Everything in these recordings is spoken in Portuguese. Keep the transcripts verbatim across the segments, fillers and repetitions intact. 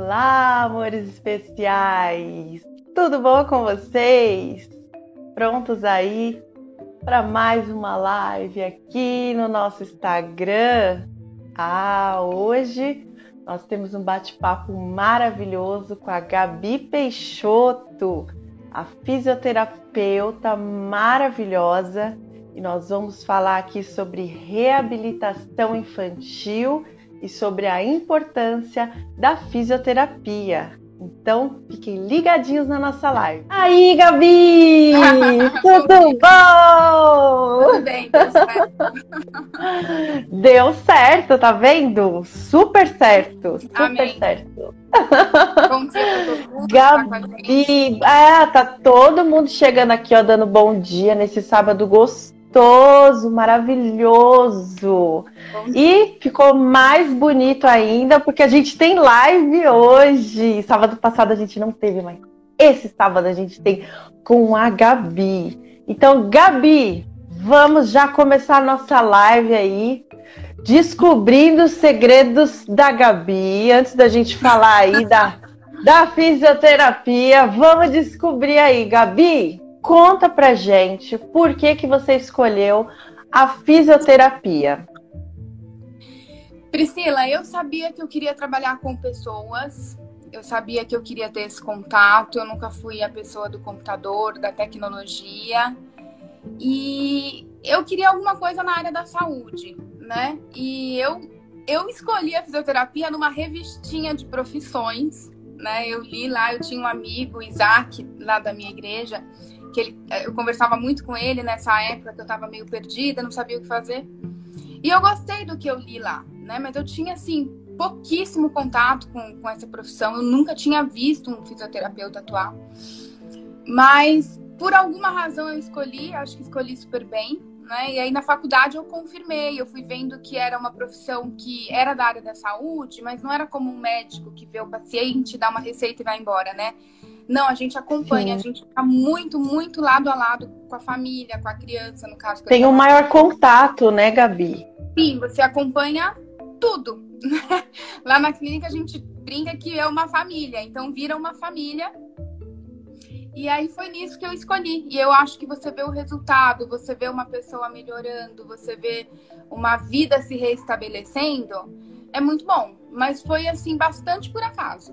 Olá, amores especiais! Tudo bom com vocês? Prontos aí para mais uma live aqui no nosso Instagram? Ah, hoje nós temos um bate-papo maravilhoso com a Gabi Peixoto, a fisioterapeuta maravilhosa, e nós vamos falar aqui sobre reabilitação infantil e sobre a importância da fisioterapia. Então, fiquem ligadinhos na nossa live. Aí, Gabi! Tudo bom? Tudo bem, deu certo. Deu certo, tá vendo? Super certo, super Amém. certo. Bom dia pra todo mundo. Gabi, tá, é, tá todo mundo chegando aqui, ó, dando bom dia nesse sábado gostoso, maravilhoso. E ficou mais bonito ainda porque a gente tem live hoje. Sábado passado a gente não teve, mas esse sábado a gente tem com a Gabi. Então, Gabi, vamos já começar a nossa live aí, descobrindo os segredos da Gabi. Antes da gente falar aí da, da fisioterapia, vamos descobrir aí, Gabi, conta pra gente por que que você escolheu a fisioterapia. Priscila, eu sabia que eu queria trabalhar com pessoas, eu sabia que eu queria ter esse contato, eu nunca fui a pessoa do computador, da tecnologia, e eu queria alguma coisa na área da saúde, né? E eu, eu escolhi a fisioterapia numa revistinha de profissões, né? Eu li lá, eu tinha um amigo, Isaac, lá da minha igreja, que ele, eu conversava muito com ele nessa época que eu estava meio perdida, não sabia o que fazer. E eu gostei do que eu li lá, né? Mas eu tinha, assim, pouquíssimo contato com, com essa profissão. Eu nunca tinha visto um fisioterapeuta atuar. Mas, por alguma razão, eu escolhi, acho que escolhi super bem, né? E aí, na faculdade, eu confirmei. Eu fui vendo que era uma profissão que era da área da saúde, mas não era como um médico que vê o paciente, dá uma receita e vai embora, né? Não, a gente acompanha, Sim. a gente fica muito, muito lado a lado com a família, com a criança, no caso. Tem um maior contato, né, Gabi? Sim, você acompanha tudo. Lá na clínica a gente brinca que é uma família, então vira uma família. E aí foi nisso que eu escolhi. E eu acho que você vê o resultado, você vê uma pessoa melhorando, você vê uma vida se reestabelecendo, é muito bom. Mas foi, assim, bastante por acaso.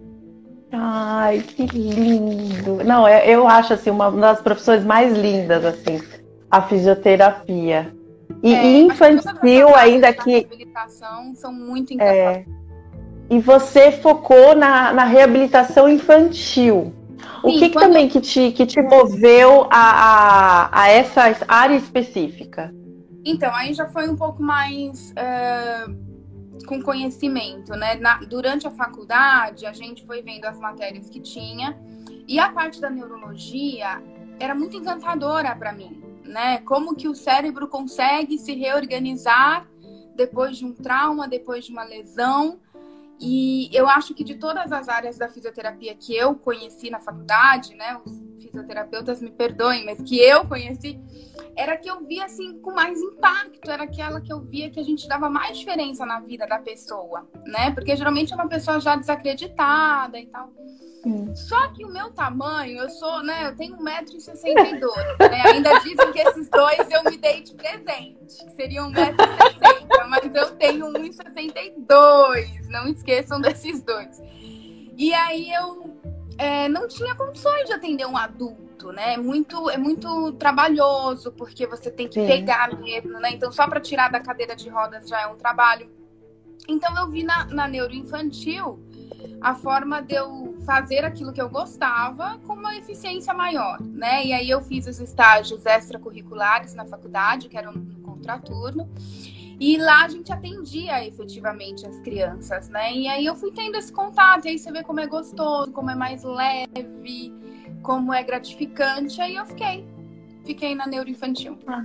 Ai, que lindo! Não, eu acho, assim, uma das profissões mais lindas, assim, a fisioterapia. E é, infantil ainda que... reabilitação são muito encantadoras. É, e você focou na, na reabilitação infantil. O Sim, que, que também eu... que, te, que te moveu a, a, a essa área específica? Então, aí já foi um pouco mais... Uh... com conhecimento, né? Na, durante a faculdade, a gente foi vendo as matérias que tinha e a parte da neurologia era muito encantadora para mim, né? Como que o cérebro consegue se reorganizar depois de um trauma, depois de uma lesão. E eu acho que de todas as áreas da fisioterapia que eu conheci na faculdade, né? Os fisioterapeutas me perdoem, mas que eu conheci, era que eu via, assim, com mais impacto, era aquela que eu via que a gente dava mais diferença na vida da pessoa, né? Porque geralmente é uma pessoa já desacreditada e tal. Hum. Só que o meu tamanho, eu sou, né, eu tenho um metro e sessenta e dois, né? Ainda dizem que esses dois eu me dei de presente, que seriam um metro e sessenta, mas eu tenho um e sessenta e dois, não esqueçam desses dois. E aí eu é, não tinha condições de atender um adulto, né? É muito, é muito trabalhoso, porque você tem que Sim. pegar mesmo, né? Então, só para tirar da cadeira de rodas já é um trabalho. Então, eu vi na, na neuroinfantil a forma de eu fazer aquilo que eu gostava com uma eficiência maior, né? E aí eu fiz os estágios extracurriculares na faculdade, que eram no contraturno. E lá a gente atendia efetivamente as crianças, né? E aí eu fui tendo esse contato, e aí você vê como é gostoso, como é mais leve, como é gratificante. Aí eu fiquei, fiquei na neuroinfantil. Ah,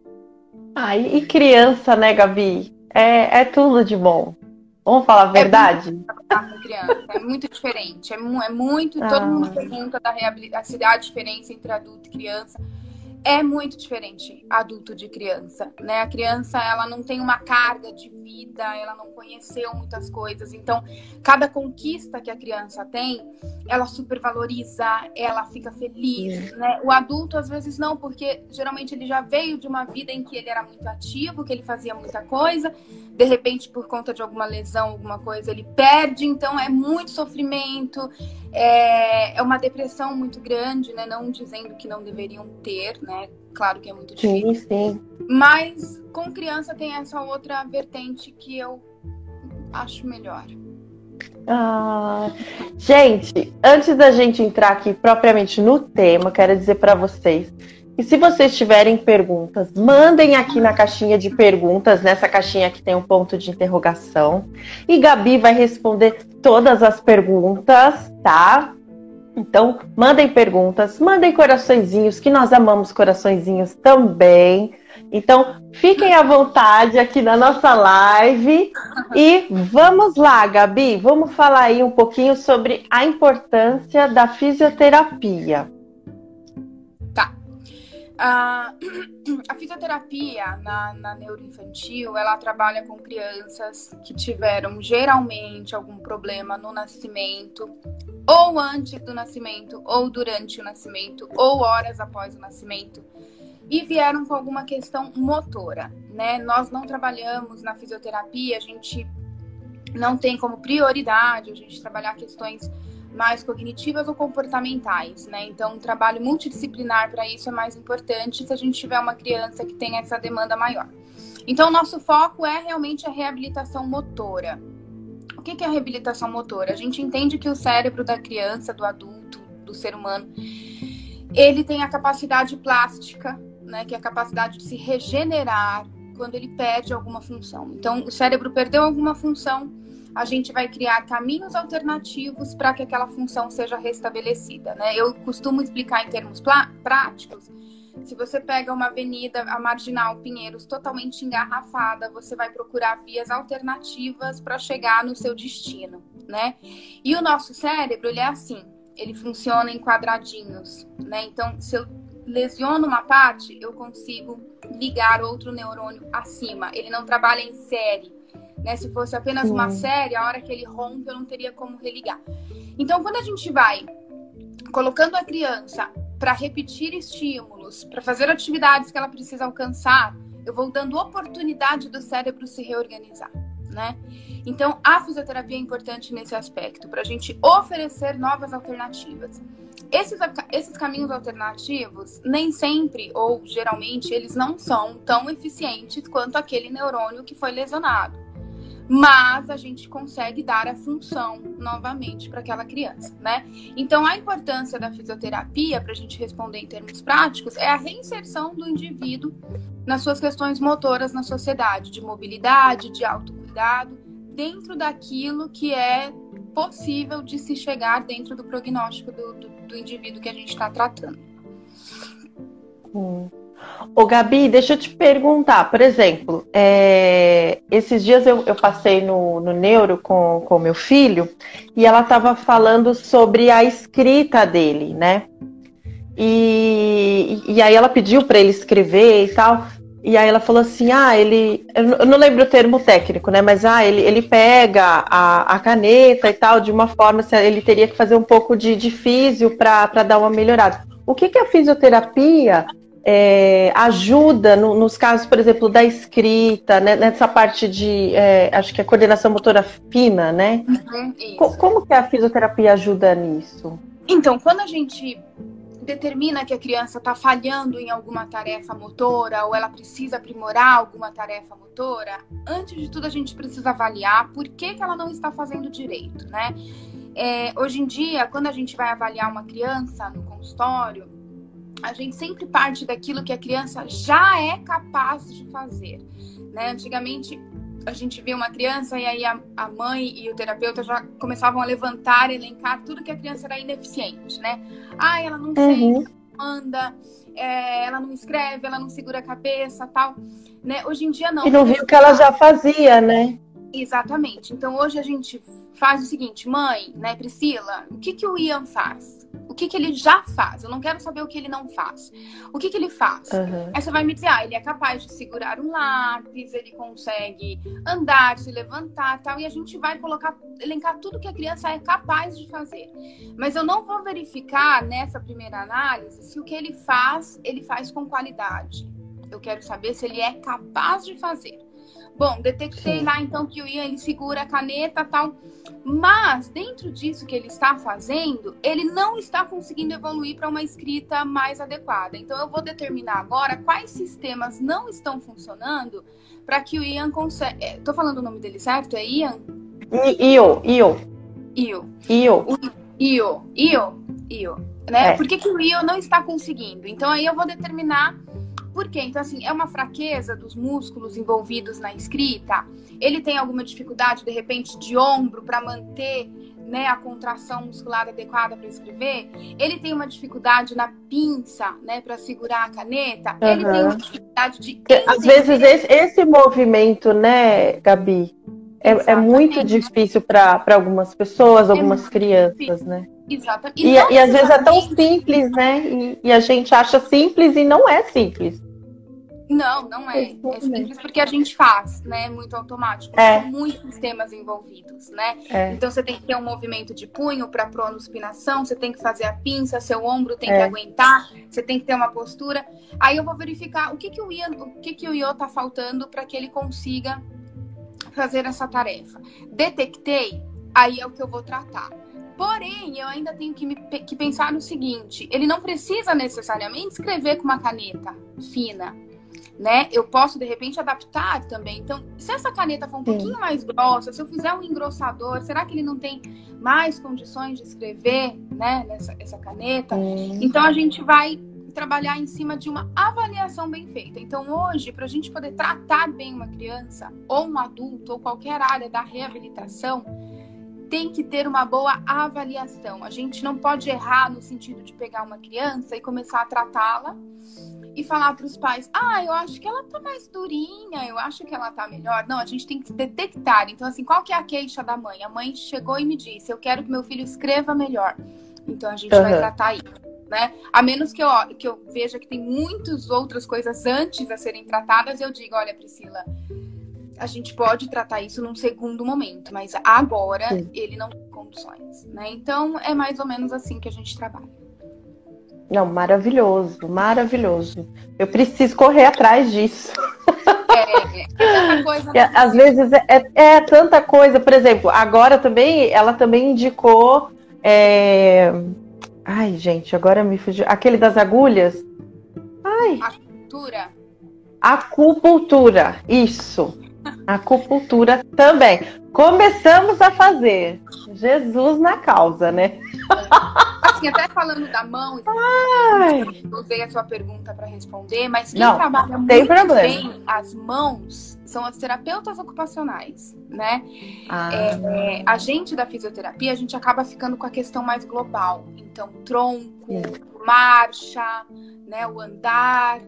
ah e, e criança, né, Gabi? É, é tudo de bom. Vamos falar a verdade? É muito, criança, é muito diferente. É, é muito. Ah. Todo mundo pergunta da reabilitação, a diferença entre adulto e criança. É muito diferente adulto de criança, né? A criança, ela não tem uma carga de vida, ela não conheceu muitas coisas. Então, cada conquista que a criança tem, ela supervaloriza, ela fica feliz, né? O adulto, às vezes, não, porque geralmente ele já veio de uma vida em que ele era muito ativo, que ele fazia muita coisa. De repente, por conta de alguma lesão, alguma coisa, ele perde. Então, é muito sofrimento, é, é uma depressão muito grande, né? Não dizendo que não deveriam ter, né? Claro que é muito difícil. Sim, sim. Mas com criança tem essa outra vertente que eu acho melhor. Ah, gente, antes da gente entrar aqui propriamente no tema, quero dizer para vocês que se vocês tiverem perguntas, mandem aqui na caixinha de perguntas, nessa caixinha que tem um ponto de interrogação. E Gabi vai responder todas as perguntas, tá? Então, mandem perguntas, mandem coraçõezinhos, que nós amamos coraçõezinhos também. Então, fiquem à vontade aqui na nossa live. E vamos lá, Gabi, vamos falar aí um pouquinho sobre a importância da fisioterapia. Tá. Uh, a fisioterapia na, na neuroinfantil, ela trabalha com crianças que tiveram geralmente algum problema no nascimento, ou antes do nascimento, ou durante o nascimento, ou horas após o nascimento, e vieram com alguma questão motora, né? Nós não trabalhamos na fisioterapia, a gente não tem como prioridade a gente trabalhar questões mais cognitivas ou comportamentais, né? Então, um trabalho multidisciplinar para isso é mais importante se a gente tiver uma criança que tem essa demanda maior. Então, nosso foco é realmente a reabilitação motora. O que é a reabilitação motora? A gente entende que o cérebro da criança, do adulto, do ser humano, ele tem a capacidade plástica, né, que é a capacidade de se regenerar quando ele perde alguma função. Então, o cérebro perdeu alguma função, a gente vai criar caminhos alternativos para que aquela função seja restabelecida, né? Eu costumo explicar em termos práticos. Se você pega uma avenida, a Marginal Pinheiros, totalmente engarrafada, você vai procurar vias alternativas para chegar no seu destino, né? E o nosso cérebro, ele é assim, ele funciona em quadradinhos, né? Então, se eu lesiono uma parte, eu consigo ligar outro neurônio acima. Ele não trabalha em série, né? Se fosse apenas Sim. uma série, a hora que ele rompe, eu não teria como religar. Então, quando a gente vai colocando a criança para repetir estímulos, para fazer atividades que ela precisa alcançar, eu vou dando oportunidade do cérebro se reorganizar, né? Então, a fisioterapia é importante nesse aspecto, para a gente oferecer novas alternativas. Esses, esses caminhos alternativos, nem sempre, ou geralmente, eles não são tão eficientes quanto aquele neurônio que foi lesionado. Mas a gente consegue dar a função novamente para aquela criança, né? Então, a importância da fisioterapia, para a gente responder em termos práticos, é a reinserção do indivíduo nas suas questões motoras na sociedade, de mobilidade, de autocuidado, dentro daquilo que é possível de se chegar dentro do prognóstico do, do, do indivíduo que a gente está tratando. Hum. Ô Gabi, deixa eu te perguntar, por exemplo, é, esses dias eu, eu passei no, no Neuro com o meu filho e ela estava falando sobre a escrita dele, né? E, e aí ela pediu para ele escrever e tal, e aí ela falou assim, ah, ele, eu não lembro o termo técnico, né? Mas ah, ele, ele pega a, a caneta e tal de uma forma, ele teria que fazer um pouco de, de físio para dar uma melhorada. O que, que a fisioterapia É, ajuda no, nos casos, por exemplo, da escrita, né, nessa parte de, é, acho que é coordenação motora fina, né? Uhum, Co- como que a fisioterapia ajuda nisso? Então, quando a gente determina que a criança está falhando em alguma tarefa motora ou ela precisa aprimorar alguma tarefa motora, antes de tudo a gente precisa avaliar por que, que ela não está fazendo direito, né? É, hoje em dia, quando a gente vai avaliar uma criança no consultório, a gente sempre parte daquilo que a criança já é capaz de fazer, né? Antigamente, a gente via uma criança e aí a, a mãe e o terapeuta já começavam a levantar, elencar tudo que a criança era ineficiente, né? Ah, ela não Uhum. sente, não anda, é, ela não escreve, ela não segura a cabeça, tal, né? Hoje em dia, não. E não viu o que ela já fazia, né? Exatamente. Então, hoje a gente faz o seguinte, mãe, né, Priscila, o que que o Ian faz? O que que ele já faz? Eu não quero saber o que ele não faz. O que que ele faz? Uhum. Aí você vai me dizer, ah, ele é capaz de segurar um lápis, ele consegue andar, se levantar, tal, e a gente vai colocar, elencar tudo que a criança é capaz de fazer. Mas eu não vou verificar nessa primeira análise se o que ele faz, ele faz com qualidade. Eu quero saber se ele é capaz de fazer. Bom, detectei Sim. lá então que o Ian ele segura a caneta e tal, mas dentro disso que ele está fazendo, ele não está conseguindo evoluir para uma escrita mais adequada. Então eu vou determinar agora quais sistemas não estão funcionando para que o Ian consiga... Estou falando o nome dele certo? É Ian? Io, Io. Io. Io. Io, Io, Io. Né? É. Por que que o Io não está conseguindo? Então aí eu vou determinar por quê? Então, assim, é uma fraqueza dos músculos envolvidos na escrita? Ele tem alguma dificuldade, de repente, de ombro para manter, né, a contração muscular adequada para escrever? Ele tem uma dificuldade na pinça, né, para segurar a caneta? Uhum. Ele tem uma dificuldade de... Às vezes, esse, esse movimento, né, Gabi, é, é muito difícil para algumas pessoas, algumas é crianças, difícil. Né? Exatamente. E, e, e às vezes é tão simples, né? E, e a gente acha simples e não é simples. Não, não é. É simples porque a gente faz, né? Muito automático. É. São muitos sistemas envolvidos, né? É. Então você tem que ter um movimento de punho para pronuspinação, você tem que fazer a pinça, seu ombro tem é. que aguentar, você tem que ter uma postura. Aí eu vou verificar o que que o Ian, o que que o Io tá faltando para que ele consiga fazer essa tarefa. Detectei, aí é o que eu vou tratar. Porém, eu ainda tenho que, me, que pensar no seguinte, ele não precisa necessariamente escrever com uma caneta fina, né? Eu posso, de repente, adaptar também. Então, se essa caneta for um Sim. pouquinho mais grossa, se eu fizer um engrossador, será que ele não tem mais condições de escrever, né, nessa essa caneta? Sim. Então, a gente vai trabalhar em cima de uma avaliação bem feita. Então, hoje, para a gente poder tratar bem uma criança, ou um adulto, ou qualquer área da reabilitação, tem que ter uma boa avaliação. A gente não pode errar no sentido de pegar uma criança e começar a tratá-la e falar para os pais, ah, eu acho que ela tá mais durinha, eu acho que ela tá melhor. Não, a gente tem que detectar. Então, assim, qual que é a queixa da mãe? A mãe chegou e me disse, eu quero que meu filho escreva melhor. Então, a gente uhum. vai tratar isso, né? A menos que eu, que eu veja que tem muitas outras coisas antes a serem tratadas, eu digo, olha, Priscila, a gente pode tratar isso num segundo momento, mas agora Sim. ele não tem condições, né? Então, é mais ou menos assim que a gente trabalha. Não, maravilhoso, maravilhoso. Eu preciso correr atrás disso. É, é tanta coisa. É, às vezes é, é, é tanta coisa. Por exemplo, agora também, ela também indicou... É... Ai, gente, agora me fugiu. Aquele das agulhas? Ai. Acupuntura? Acupuntura, isso. Acupuntura também. Começamos a fazer. Jesus na causa, né? Assim, até falando da mão, Ai. eu usei a sua pergunta para responder, mas quem Não, trabalha muito problema. bem as mãos são as terapeutas ocupacionais, né? Ah. É, a gente da fisioterapia, a gente acaba ficando com a questão mais global. Então, tronco, é. marcha, né, o andar...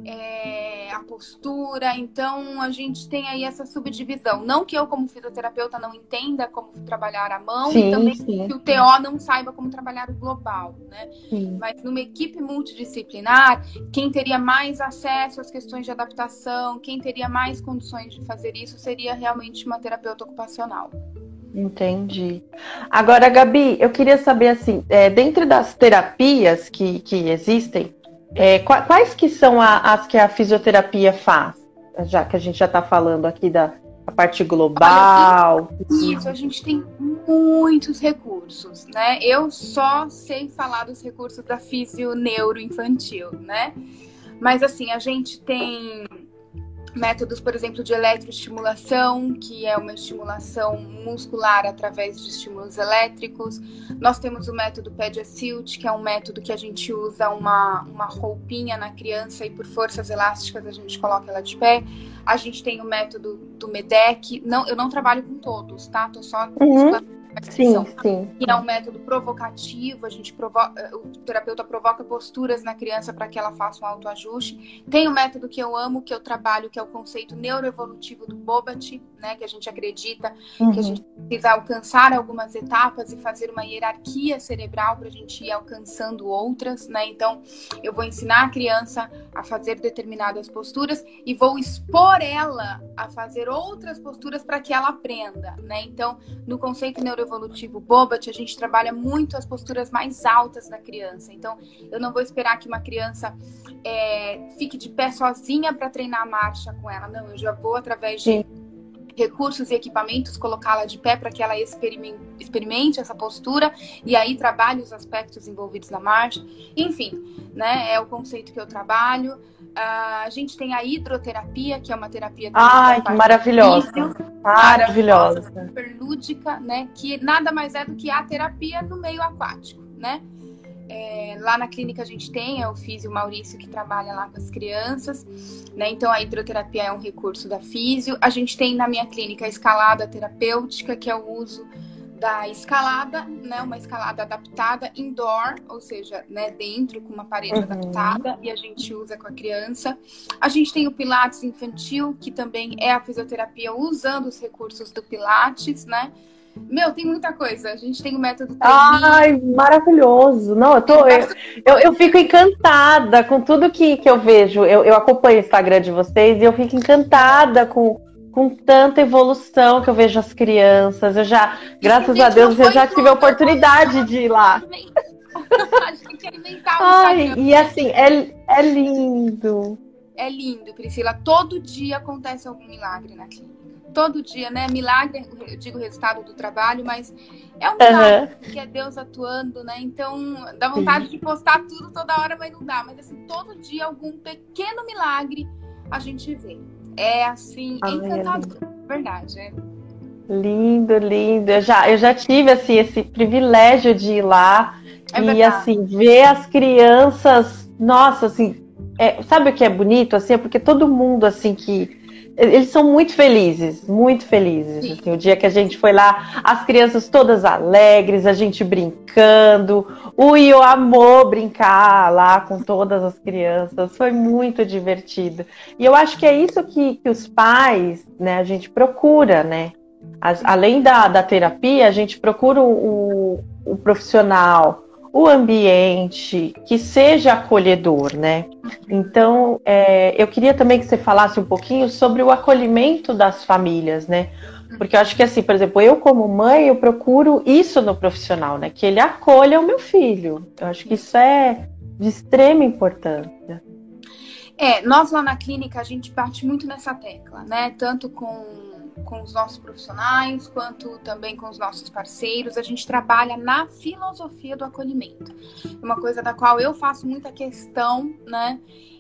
É, a postura, então a gente tem aí essa subdivisão. Não que eu, como fisioterapeuta, não entenda como trabalhar a mão sim, e também sim. que o T O não saiba como trabalhar o global, né? Sim. Mas numa equipe multidisciplinar, quem teria mais acesso às questões de adaptação, quem teria mais condições de fazer isso, seria realmente uma terapeuta ocupacional. Entendi. Agora, Gabi, eu queria saber assim, é, dentro das terapias que, que existem, É, quais que são a, as que a fisioterapia faz? Já que a gente já está falando aqui da a parte global. Olha, isso, a gente tem muitos recursos, né? Eu só sei falar dos recursos da fisio-neuroinfantil, né? Mas assim, a gente tem métodos, por exemplo, de eletroestimulação, que é uma estimulação muscular através de estímulos elétricos. Nós temos o método Pediasilt, que é um método que a gente usa uma, uma roupinha na criança e por forças elásticas a gente coloca ela de pé. A gente tem o método do MEDEC. Não, eu não trabalho com todos, tá? Tô só... Uhum. Sim, sim. Que é um método provocativo, a gente provoca, o terapeuta provoca posturas na criança para que ela faça um autoajuste. Tem o método que eu amo, que eu trabalho, que é o conceito neuroevolutivo do Bobat, né? Que a gente acredita Uhum. que a gente precisa alcançar algumas etapas e fazer uma hierarquia cerebral para a gente ir alcançando outras, né? Então, eu vou ensinar a criança a fazer determinadas posturas e vou expor ela a fazer outras posturas para que ela aprenda, né? Então, no conceito neuroevolutivo Bobat, a gente trabalha muito as posturas mais altas da criança. Então, eu não vou esperar que uma criança é, fique de pé sozinha para treinar a marcha com ela. Não, eu já vou, através de Sim. recursos e equipamentos, colocá-la de pé para que ela experimente, experimente essa postura e aí trabalhe os aspectos envolvidos na marcha. Enfim, né, é o conceito que eu trabalho. Uh, a gente tem a hidroterapia, que é uma terapia... Ai, que maravilhosa. Maravilhosa. Super lúdica, né, que nada mais é do que a terapia no meio aquático, né? É, lá na clínica a gente tem, é o Físio Maurício que trabalha lá com as crianças, né? Então a hidroterapia é um recurso da Físio. A gente tem na minha clínica a escalada terapêutica, que é o uso da escalada, né? Uma escalada adaptada indoor, ou seja, né, dentro com uma parede uhum. adaptada, e a gente usa com a criança. A gente tem o Pilates infantil, que também é a fisioterapia usando os recursos do Pilates, né? Meu, tem muita coisa. A gente tem o método Taimi. Ai, maravilhoso. Não, eu, tô, eu, eu, eu fico encantada com tudo que, que eu vejo. Eu, eu acompanho o Instagram de vocês e eu fico encantada com, com tanta evolução que eu vejo as crianças. Eu já, graças a Deus, eu já tive a oportunidade de ir lá. A gente quer inventar um Ai, e assim, é, é lindo. É lindo, Priscila. Todo dia acontece algum milagre na clínica. Todo dia, né? Milagre, eu digo resultado do trabalho, mas é um milagre, uhum. que é Deus atuando, né? Então, dá vontade Sim. de postar tudo toda hora, mas não dá. Mas, assim, todo dia, algum pequeno milagre a gente vê. É, assim, Ai, encantador. É verdade, é. Lindo, lindo. Eu já, eu já tive, assim, esse privilégio de ir lá é e, verdade. assim, ver as crianças... Nossa, assim, é, sabe o que é bonito? Assim, é porque todo mundo, assim, que... Eles são muito felizes, muito felizes. Assim, o dia que a gente foi lá, as crianças todas alegres, a gente brincando. O Io amou brincar lá com todas as crianças. Foi muito divertido. E eu acho que é isso que, que os pais, né, a gente procura, né? As, além da, da terapia, a gente procura o, o, o profissional, o ambiente que seja acolhedor, né? Então, é, eu queria também que você falasse um pouquinho sobre o acolhimento das famílias, né? Porque eu acho que, assim, por exemplo, eu como mãe, eu procuro isso no profissional, né? Que ele acolha o meu filho. Eu acho que isso é de extrema importância. É, nós lá na clínica, a gente bate muito nessa tecla, né? Tanto com... com os nossos profissionais, quanto também com os nossos parceiros. A gente trabalha na filosofia do acolhimento. Uma coisa da qual eu faço muita questão, né?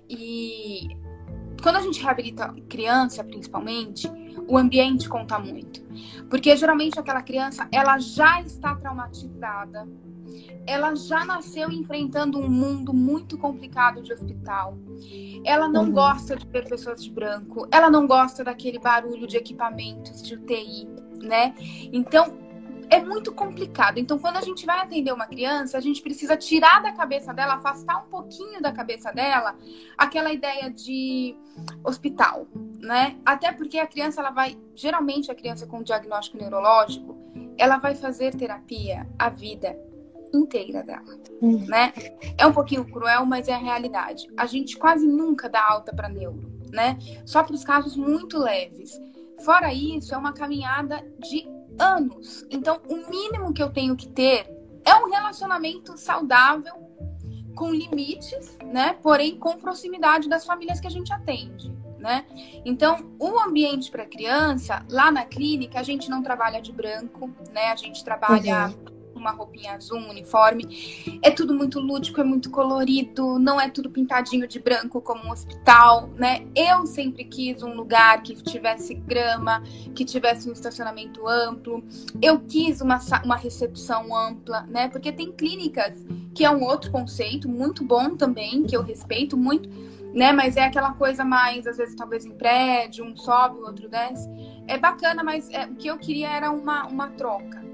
E quando a gente reabilita criança, principalmente, o ambiente conta muito. Porque geralmente aquela criança, ela já está traumatizada. Ela já nasceu enfrentando um mundo muito complicado de hospital. Ela não uhum. gosta de ver pessoas de branco. Ela não gosta daquele barulho de equipamentos de U T I, né? Então, é muito complicado. Então, quando a gente vai atender uma criança, a gente precisa tirar da cabeça dela, afastar um pouquinho da cabeça dela aquela ideia de hospital, né? Até porque a criança, ela vai... Geralmente, a criança com diagnóstico neurológico, ela vai fazer terapia a vida inteira dela, hum. né? É um pouquinho cruel, mas é a realidade. A gente quase nunca dá alta para neuro, né? Só para os casos muito leves. Fora isso, é uma caminhada de anos. Então, o mínimo que eu tenho que ter é um relacionamento saudável, com limites, né? Porém, com proximidade das famílias que a gente atende, né? Então, o ambiente para criança, lá na clínica, a gente não trabalha de branco, né? A gente trabalha... Uhum. uma roupinha azul, um uniforme. É tudo muito lúdico, é muito colorido, não é tudo pintadinho de branco como um hospital, né? Eu sempre quis um lugar que tivesse grama, que tivesse um estacionamento amplo. Eu quis uma, uma recepção ampla, né? Porque tem clínicas que é um outro conceito muito bom também, que eu respeito muito, né? Mas é aquela coisa mais, às vezes, talvez em prédio, um sobe, o outro desce. É bacana, mas é, o que eu queria era uma, uma troca,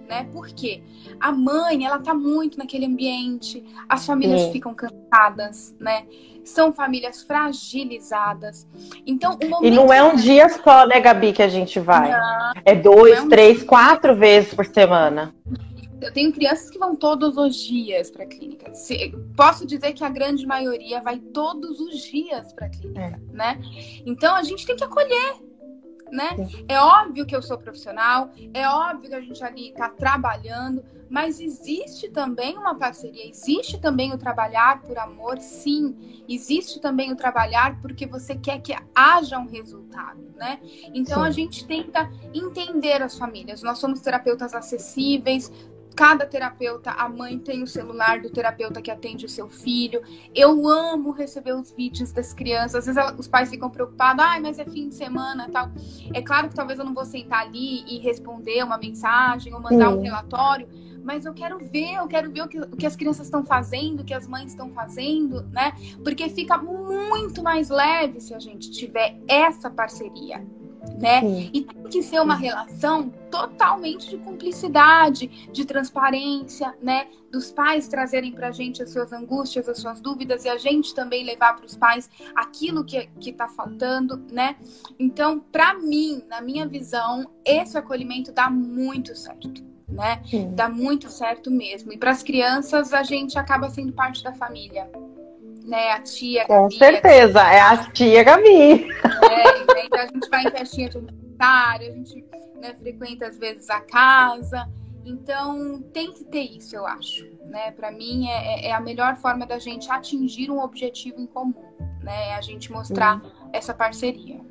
né? Porque a mãe, ela tá muito naquele ambiente, as famílias Sim. ficam cansadas, né? São famílias fragilizadas. Então, o momento... E não é um dia só, né, Gabi, que a gente vai. Não, é dois, não é um três, dia. quatro vezes por semana. Eu tenho crianças que vão todos os dias para a clínica. Se, posso dizer que a grande maioria vai todos os dias para a clínica, é. né? Então, a gente tem que acolher, né? Sim. É óbvio que eu sou profissional, é óbvio que a gente ali está trabalhando, mas existe também uma parceria, existe também o trabalhar por amor, sim. Existe também o trabalhar porque você quer que haja um resultado, né? Então, sim. a gente tenta entender as famílias. Nós somos terapeutas acessíveis. Cada terapeuta, a mãe tem o celular do terapeuta que atende o seu filho. Eu amo receber os vídeos das crianças. Às vezes ela, os pais ficam preocupados. Ai, mas é fim de semana e tal. É claro que talvez eu não vou sentar ali e responder uma mensagem ou mandar um relatório. Mas eu quero ver, eu quero ver o que, o que as crianças estão fazendo, o que as mães estão fazendo, né? Porque fica muito mais leve se a gente tiver essa parceria. Né? E tem que ser uma relação totalmente de cumplicidade, de transparência, né? Dos pais trazerem pra gente as suas angústias, as suas dúvidas, e a gente também levar para os pais aquilo que, que tá faltando, né? Então, pra mim, na minha visão, esse acolhimento dá muito certo, né? Sim. Dá muito certo mesmo. E para as crianças, a gente acaba sendo parte da família. Né, a tia Com Gabi, certeza, a é a tia Gabi. É, então a gente vai em festinha de aniversário, a gente, né, frequenta às vezes a casa. Então tem que ter isso, eu acho. Né? Para mim é, é a melhor forma da gente atingir um objetivo em comum. Né? A gente mostrar hum. essa parceria.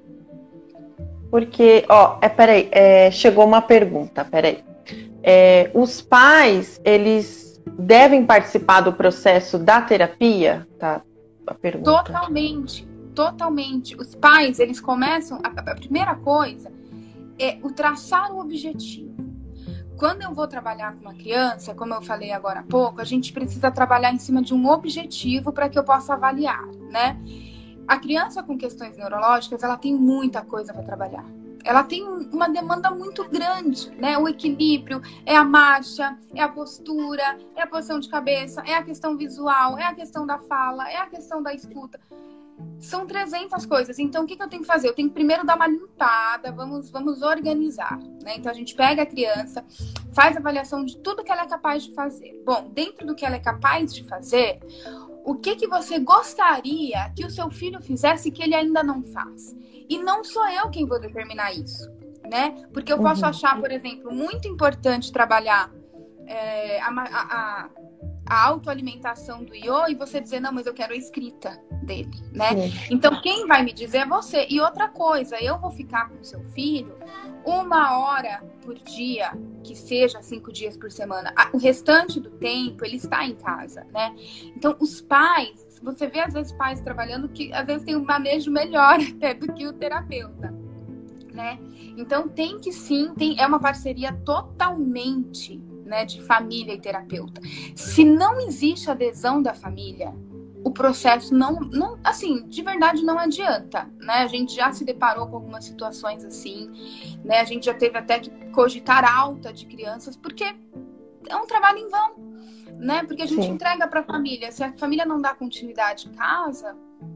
Porque, ó, é, peraí, é, chegou uma pergunta, peraí. É, os pais, eles devem participar do processo da terapia? Tá, a pergunta. Totalmente, totalmente. Os pais, eles começam, a, a primeira coisa é o traçar o objetivo. Quando eu vou trabalhar com uma criança, como eu falei agora há pouco, a gente precisa trabalhar em cima de um objetivo para que eu possa avaliar, né? A criança com questões neurológicas, ela tem muita coisa para trabalhar. Ela tem uma demanda muito grande, né? O equilíbrio, é a marcha, é a postura, é a posição de cabeça, é a questão visual, é a questão da fala, é a questão da escuta. São trezentas coisas. Então, o que, que eu tenho que fazer? Eu tenho que primeiro dar uma limpada, vamos, vamos organizar, né? Então, a gente pega a criança, faz a avaliação de tudo que ela é capaz de fazer. Bom, dentro do que ela é capaz de fazer, o que, que você gostaria que o seu filho fizesse que ele ainda não faz? E não sou eu quem vou determinar isso, né? Porque eu posso uhum. achar, por exemplo, muito importante trabalhar é, a, a, a autoalimentação do Iô e você dizer, não, mas eu quero a escrita dele, né? Uhum. Então, quem vai me dizer é você. E outra coisa, eu vou ficar com o seu filho uma hora por dia, que seja cinco dias por semana. O restante do tempo, ele está em casa, né? Então, os pais... Você vê, às vezes, pais trabalhando que, às vezes, tem um manejo melhor até do que o terapeuta, né? Então, tem que sim, tem, é uma parceria totalmente, né, de família e terapeuta. Se não existe adesão da família, o processo não, não, assim, de verdade não adianta, né? A gente já se deparou com algumas situações assim, né? A gente já teve até que cogitar alta de crianças, porque é um trabalho em vão. Né? Porque a gente Sim. entrega para a família. Se a família não dá continuidade em casa,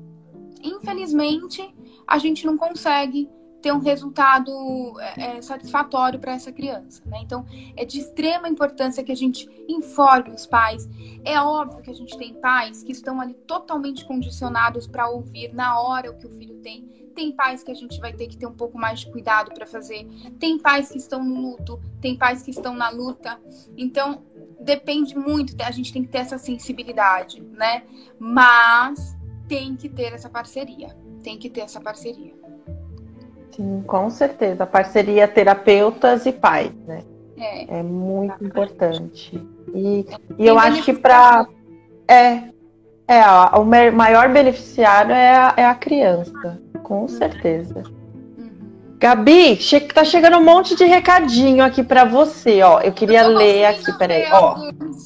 infelizmente, a gente não consegue ter um resultado é, é, satisfatório para essa criança. Né? Então, é de extrema importância que a gente informe os pais. É óbvio que a gente tem pais que estão ali totalmente condicionados para ouvir na hora o que o filho tem. Tem pais que a gente vai ter que ter um pouco mais de cuidado para fazer. Tem pais que estão no luto, tem pais que estão na luta. Então, depende muito, a gente tem que ter essa sensibilidade, né? Mas tem que ter essa parceria. Tem que ter essa parceria. Sim, com certeza. A parceria terapeutas e pais, né? É, é muito exatamente. Importante. E, e eu acho que para... É, é, o maior beneficiário é a, é a criança. Com certeza. Uhum. Gabi, che tá chegando um monte de recadinho aqui pra você, ó. Eu queria eu ler aqui, peraí, ó.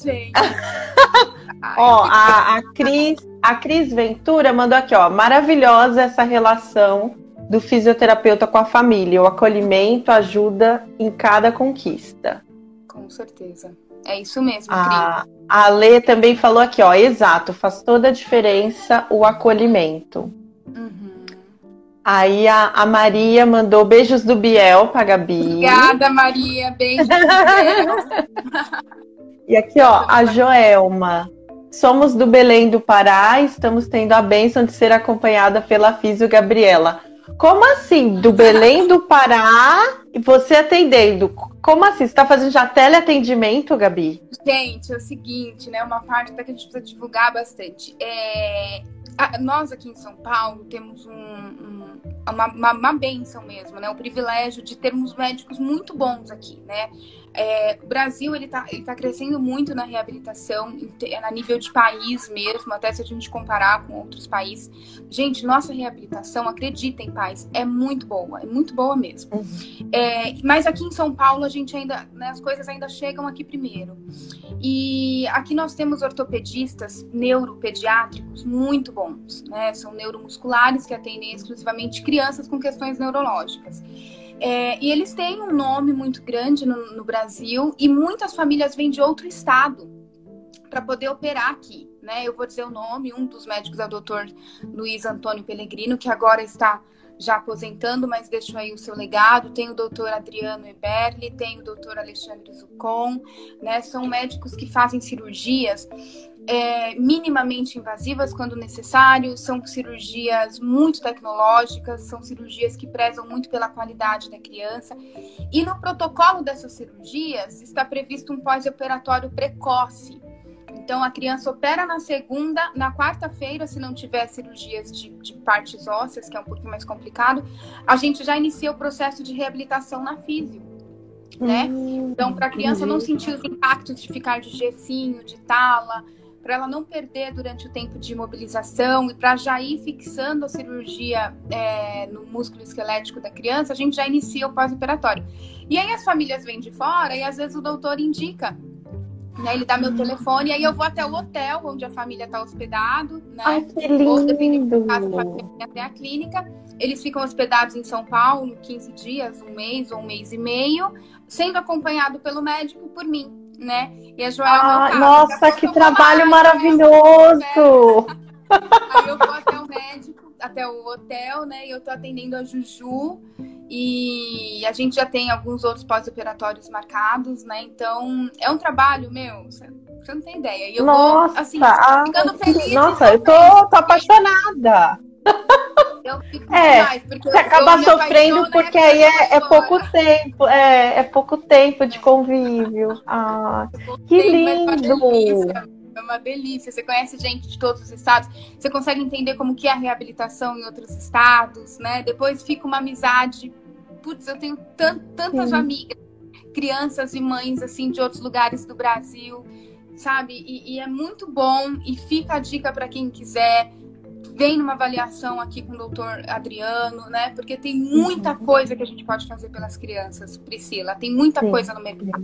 Ó, a, a, Cris, a Cris Ventura mandou aqui, ó. Maravilhosa essa relação do fisioterapeuta com a família. O acolhimento ajuda em cada conquista. Com certeza. É isso mesmo, A, a Lê também falou aqui, ó, exato, faz toda a diferença o acolhimento. Uhum. Aí a, a Maria mandou beijos do Biel pra Gabi. Obrigada, Maria. Beijo do Biel. E aqui, ó, a Joelma. Somos do Belém do Pará e estamos tendo a bênção de ser acompanhada pela Físio Gabriela. Como assim? Do Belém do Pará e você atendendo? Como assim? Você está fazendo já teleatendimento, Gabi? Gente, é o seguinte, né? Uma parte até que a gente precisa divulgar bastante. É... a- nós aqui em São Paulo temos um, um- uma, uma, uma bênção mesmo, né? O privilégio de termos médicos muito bons aqui, né? É, o Brasil, ele tá, ele tá crescendo muito na reabilitação, em te- a nível de país mesmo, até se a gente comparar com outros países. Gente, nossa reabilitação, acreditem, pais, é muito boa, é muito boa mesmo. É, mas aqui em São Paulo, a gente ainda, né, as coisas ainda chegam aqui primeiro. E aqui nós temos ortopedistas neuropediátricos muito bons, né? São neuromusculares que atendem exclusivamente crianças com questões neurológicas. É, e eles têm um nome muito grande no, no Brasil e muitas famílias vêm de outro estado para poder operar aqui, né? Eu vou dizer o nome, um dos médicos é o doutor Luiz Antônio Pellegrino, que agora está já aposentando, mas deixou aí o seu legado. Tem o doutor Adriano Eberli, tem o doutor Alexandre Zucon, né? São médicos que fazem cirurgias é, minimamente invasivas quando necessário, são cirurgias muito tecnológicas, são cirurgias que prezam muito pela qualidade da criança. E no protocolo dessas cirurgias está previsto um pós-operatório precoce. Então, a criança opera na segunda, na quarta-feira, se não tiver cirurgias de, de partes ósseas, que é um pouquinho mais complicado, a gente já inicia o processo de reabilitação na físio, né? Hum, Então, para a criança não sentir os impactos de ficar de gessinho, de tala, para ela não perder durante o tempo de imobilização e para já ir fixando a cirurgia é, no músculo esquelético da criança, a gente já inicia o pós-operatório. E aí as famílias vêm de fora e às vezes o doutor indica, né, ele dá meu telefone e aí eu vou até o hotel onde a família está hospedado, né? Ai, que lindo! Ou dependendo do caso, a família vem até a clínica. Eles ficam hospedados em São Paulo quinze dias, um mês ou um mês e meio, sendo acompanhado pelo médico e por mim, né? E a Joelma, Ah, caso, nossa, que trabalho lá, maravilhoso! Aí eu vou até o médico, até o hotel, né? E eu tô atendendo a Juju. E a gente já tem alguns outros pós-operatórios marcados, né? Então, é um trabalho, meu, você você não tem ideia. E eu Nossa, vou, assim, ah, ficando feliz. nossa, eu tô, tô apaixonada. Eu fico É, demais, porque você eu, acaba eu me sofrendo apaixono, porque né, aí pela é, é pessoa. pouco tempo, é, é pouco tempo de convívio. Ah, que Tempo, mas é uma lindo! delícia. É uma delícia. Você conhece gente de todos os estados, você consegue entender como que é a reabilitação em outros estados, né? Depois fica uma amizade. Putz, eu tenho tant, tantas Sim. amigas, crianças e mães, assim, de outros lugares do Brasil, sabe? E, e é muito bom. E fica a dica para quem quiser. Vem numa avaliação aqui com o doutor Adriano, né? Porque tem muita Uhum. coisa que a gente pode fazer pelas crianças, Priscila. Tem muita Sim. coisa no mercado.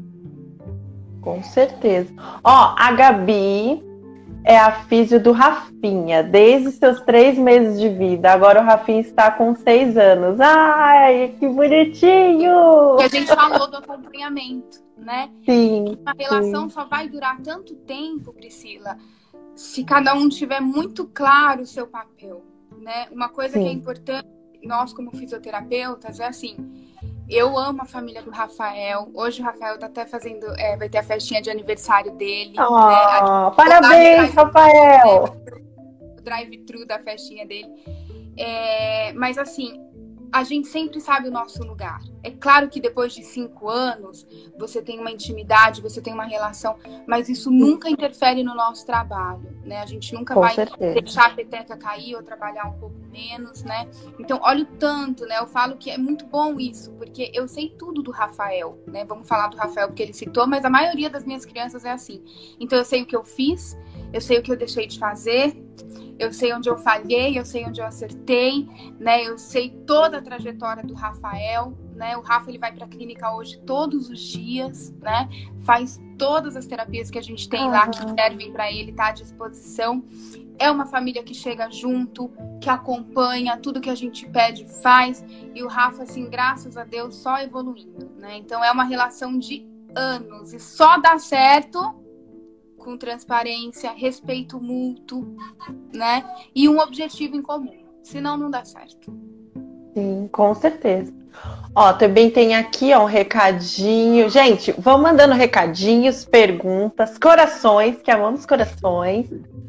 Com certeza. Ó, a Gabi é a físio do Rafinha, desde seus três meses de vida. Agora o Rafinha está com seis anos. Ai, que bonitinho! E a gente falou do acompanhamento, né? Sim. A relação sim. só vai durar tanto tempo, Priscila, se cada um tiver muito claro o seu papel, né? Uma coisa Sim. que é importante, nós como fisioterapeutas, é assim, eu amo a família do Rafael. Hoje o Rafael tá até fazendo, é, vai ter a festinha de aniversário dele. Oh, né? Parabéns, Rafael! O drive-thru da festinha dele. É, mas assim, a gente sempre sabe o nosso lugar. É claro que depois de cinco anos, você tem uma intimidade, você tem uma relação, mas isso nunca interfere no nosso trabalho, né? A gente nunca Com vai certeza. deixar a peteca cair ou trabalhar um pouco menos, né? Então, olha o tanto, né? Eu falo que é muito bom isso, porque eu sei tudo do Rafael, né? Vamos falar do Rafael porque ele citou, mas a maioria das minhas crianças é assim. Então, eu sei o que eu fiz, eu sei o que eu deixei de fazer, eu sei onde eu falhei, eu sei onde eu acertei, né? Eu sei toda a trajetória do Rafael, né? O Rafa, ele vai para a clínica hoje todos os dias, né? Faz todas as terapias que a gente tem uhum. lá que servem para ele, tá à disposição. É uma família que chega junto, que acompanha tudo que a gente pede, faz. E o Rafa, assim, graças a Deus, só evoluindo, né? Então, é uma relação de anos. E só dá certo com transparência, respeito mútuo, né? E um objetivo em comum. Senão não dá certo. Sim, com certeza. Ó, também tem aqui, ó, um recadinho. Gente, vão mandando recadinhos, perguntas, corações, que amamos corações.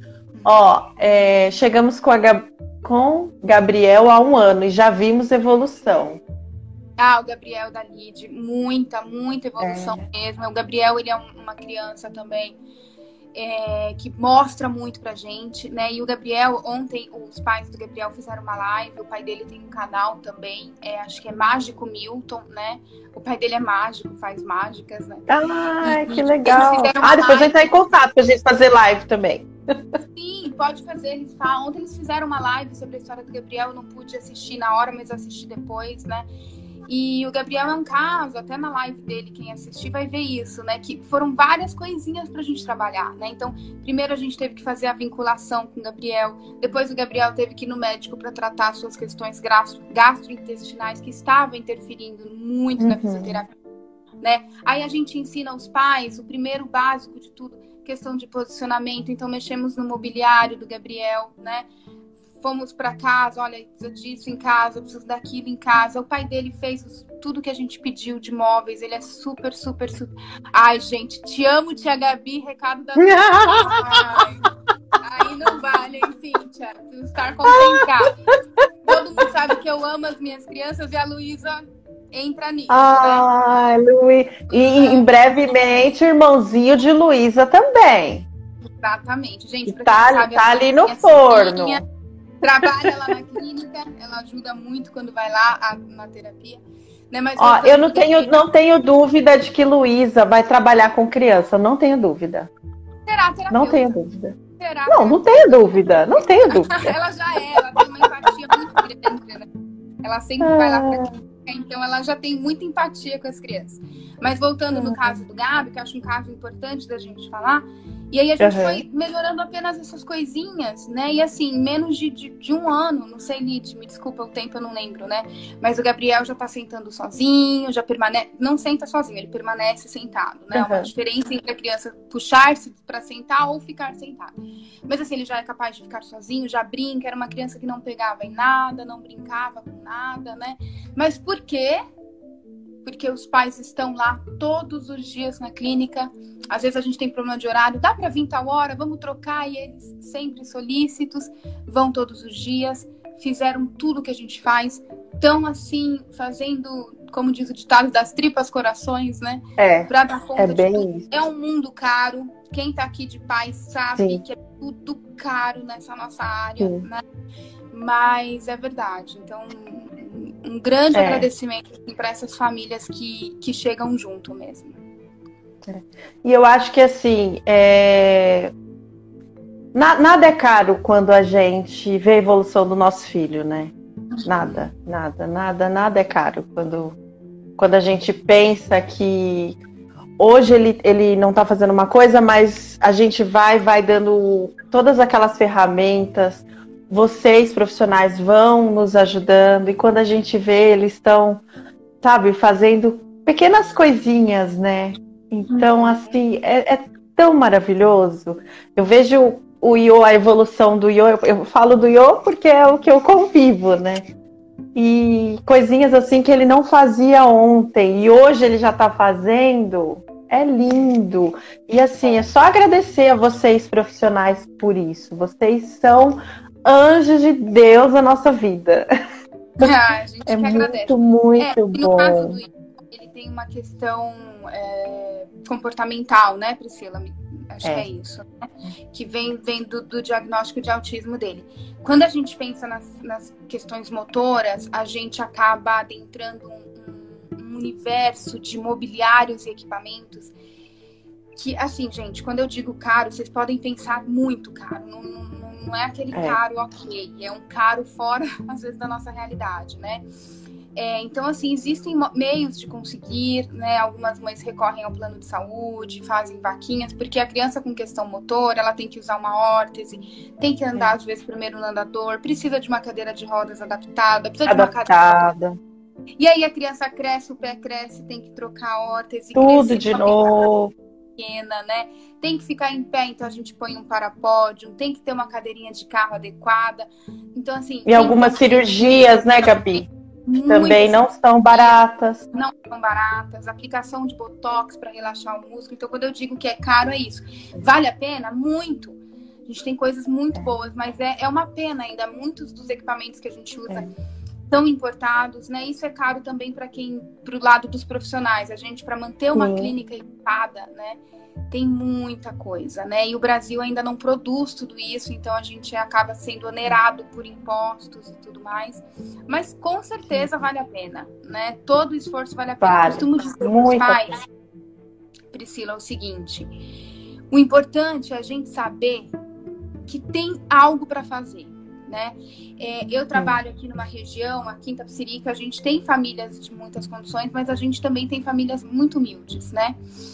Ó, é, chegamos com, a Gab... com Gabriel há um ano e já vimos evolução. Ah, o Gabriel da Lid, muita, muita evolução é. mesmo. O Gabriel, ele é uma criança também é, que mostra muito pra gente, né? E o Gabriel, ontem, os pais do Gabriel fizeram uma live, o pai dele tem um canal também, é, acho que é Mágico Milton, né? O pai dele é mágico, faz mágicas, né? Ai, e, que legal! Ah, depois live... a gente tá em contato pra gente fazer live também. Sim, pode fazer. Eles falam. Ontem eles fizeram uma live sobre a história do Gabriel, eu não pude assistir na hora, mas assisti depois, né? E o Gabriel é um caso, até na live dele, quem assistir vai ver isso, né? Que foram várias coisinhas pra gente trabalhar, né? Então, primeiro a gente teve que fazer a vinculação com o Gabriel, depois o Gabriel teve que ir no médico para tratar suas questões gastrointestinais que estavam interferindo muito uhum. na fisioterapia, né? Aí a gente ensina os pais, o primeiro básico de tudo, questão de posicionamento, então mexemos no mobiliário do Gabriel, né? Fomos para casa, olha, precisa disso em casa, precisa daquilo em casa. O pai dele fez tudo que a gente pediu de móveis. Ele é super, super, super... Ai, gente, te amo, tia Gabi, recado da... Ai, aí não vale, hein, Cíntia? Preciso estar concentrada. Todo mundo sabe que eu amo as minhas crianças e a Luísa entra nisso, Ai, né? Luiz. E em brevemente, irmãozinho de Luísa também. Exatamente, gente. Pra tá quem sabe, tá ali no forno. Filhinha, trabalha lá na clínica, ela ajuda muito quando vai lá a, na terapia. Né? Mas Ó, eu não tenho, não tenho dúvida de que Luísa vai trabalhar com criança, não tenho dúvida. Será terapeuta? Não tenho dúvida. Será não, não tenho dúvida, não tenho dúvida. Ela já é, ela tem uma empatia muito grande, né? Ela sempre ah. vai lá pra clínica, então ela já tem muita empatia com as crianças. Mas voltando uhum. no caso do Gabi, que eu acho um caso importante da gente falar, e aí a gente uhum. foi melhorando apenas essas coisinhas, né? E assim, menos de, de, de um ano, não sei, Lid, me desculpa o tempo, eu não lembro, né? Mas o Gabriel já tá sentando sozinho, já permanece, não senta sozinho, ele permanece sentado, né? Uhum. Uma diferença entre a criança puxar-se para sentar ou ficar sentado. Mas assim, ele já é capaz de ficar sozinho, já brinca, era uma criança que não pegava em nada, não brincava com nada, né? Mas por quê? Porque os pais estão lá todos os dias na clínica. Às vezes a gente tem problema de horário, dá para vir tal hora, vamos trocar, e eles sempre solícitos, vão todos os dias, fizeram tudo que a gente faz, estão assim, fazendo, como diz o ditado, das tripas corações, né? É, para dar conta é de bem tudo. isso. É um mundo caro, quem tá aqui de pais sabe Sim. que é tudo caro nessa nossa área, Sim. né? Mas é verdade, então... Um grande é. agradecimento assim, para essas famílias que, que chegam junto mesmo. É. E eu acho que assim, é... Na, nada é caro quando a gente vê a evolução do nosso filho, né? Nada, nada, nada, nada é caro. Quando, quando a gente pensa que hoje ele, ele não está fazendo uma coisa, mas a gente vai, vai dando todas aquelas ferramentas. Vocês, profissionais, vão nos ajudando, e quando a gente vê, eles estão, sabe, fazendo pequenas coisinhas, né? Então, assim, é, é tão maravilhoso. Eu vejo o Iô, a evolução do Iô, eu, eu falo do Iô porque é o que eu convivo, né? E coisinhas assim que ele não fazia ontem, e hoje ele já está fazendo, é lindo. E assim, é só agradecer a vocês, profissionais, por isso. Vocês são anjos de Deus na nossa vida. Ah, a gente é que agradece. Muito, muito é, bom. No caso do Iô, ele tem uma questão é, comportamental, né, Priscila? Acho é. que é isso. Né? Que vem, vem do, do diagnóstico de autismo dele. Quando a gente pensa nas, nas questões motoras, a gente acaba adentrando um, um universo de mobiliários e equipamentos que, assim, gente, quando eu digo caro, vocês podem pensar muito caro. Não, não, não é aquele é. caro ok. É um caro fora, às vezes, da nossa realidade, né? É, então, assim, existem meios de conseguir, né? Algumas mães recorrem ao plano de saúde, fazem vaquinhas, porque a criança com questão motor, ela tem que usar uma órtese, tem que andar, é. às vezes, primeiro no andador, precisa de uma cadeira de rodas adaptada, precisa adaptada. de uma cadeira E aí a criança cresce, o pé cresce, tem que trocar a órtese. Tudo de novo. Pequena, né? Tem que ficar em pé, então a gente põe um parapódio, tem que ter uma cadeirinha de carro adequada. Então, assim... E algumas cirurgias, né, Gabi? Também não são baratas. Não são baratas. Aplicação de botox para relaxar o músculo. Então, quando eu digo que é caro, é isso. Vale a pena? Muito. A gente tem coisas muito boas, mas é, é uma pena ainda. Muitos dos equipamentos que a gente usa... É. São importados, né? Isso é caro também para quem, para o lado dos profissionais. A gente, para manter uma Sim. clínica equipada, né? Tem muita coisa, né? E o Brasil ainda não produz tudo isso, então a gente acaba sendo onerado por impostos e tudo mais. Mas com certeza vale a pena, né? Todo o esforço vale a pena. Vale. Eu costumo dizer para os pais, Priscila, é o seguinte: o importante é a gente saber que tem algo para fazer. Né? É, eu trabalho aqui numa região, a Quinta Psirica, a gente tem famílias de muitas condições, mas a gente também tem famílias muito humildes, né?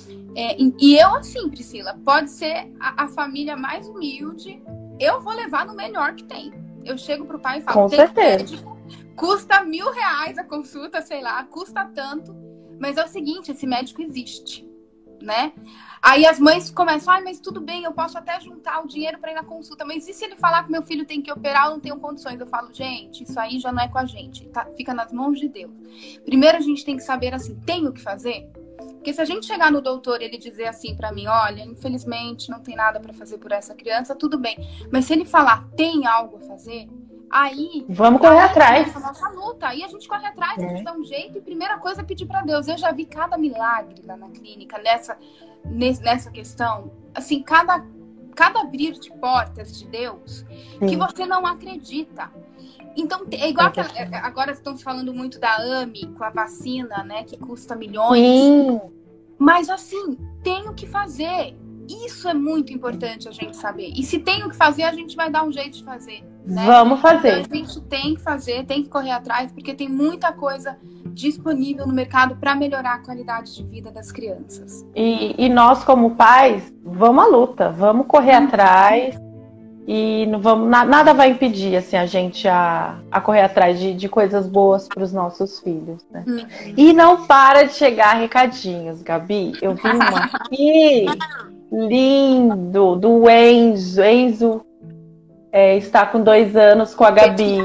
É, e, e eu, assim, Priscila, pode ser a, a família mais humilde, eu vou levar no melhor que tem. Eu chego pro pai e falo, Com tem certeza. médico, custa mil reais a consulta, sei lá, custa tanto, mas é o seguinte, esse médico existe, né? Aí as mães começam, ai, mas tudo bem, eu posso até juntar o dinheiro para ir na consulta, mas e se ele falar que meu filho tem que operar, eu não tenho condições? Eu falo, gente, isso aí já não é com a gente, tá? Fica nas mãos de Deus. Primeiro a gente tem que saber assim, tem o que fazer? Porque se a gente chegar no doutor e ele dizer assim para mim, olha, infelizmente não tem nada para fazer por essa criança, tudo bem. Mas se ele falar, tem algo a fazer, aí... Vamos correr atrás. Essa nossa luta. Aí a gente corre atrás, é. a gente dá um jeito. E primeira coisa é pedir para Deus. Eu já vi cada milagre lá na clínica, nessa, nessa questão. Assim, cada, cada abrir de portas de Deus, Sim. que você não acredita. Então, é igual que agora estão se falando muito da A M I, com a vacina, né? Que custa milhões. Sim. Mas, assim, tem o que fazer. Isso é muito importante a gente saber. E se tem o que fazer, a gente vai dar um jeito de fazer. Né? Vamos fazer. Então, a gente tem que fazer, tem que correr atrás, porque tem muita coisa disponível no mercado para melhorar a qualidade de vida das crianças. E, e nós, como pais, vamos à luta, vamos correr hum. atrás e não vamos, na, nada vai impedir assim, a gente a, a correr atrás de, de coisas boas para os nossos filhos. Né? Hum. E não para de chegar recadinhos, Gabi. Eu vi uma aqui lindo do Enzo. Enzo É, está com dois anos com a Gabi.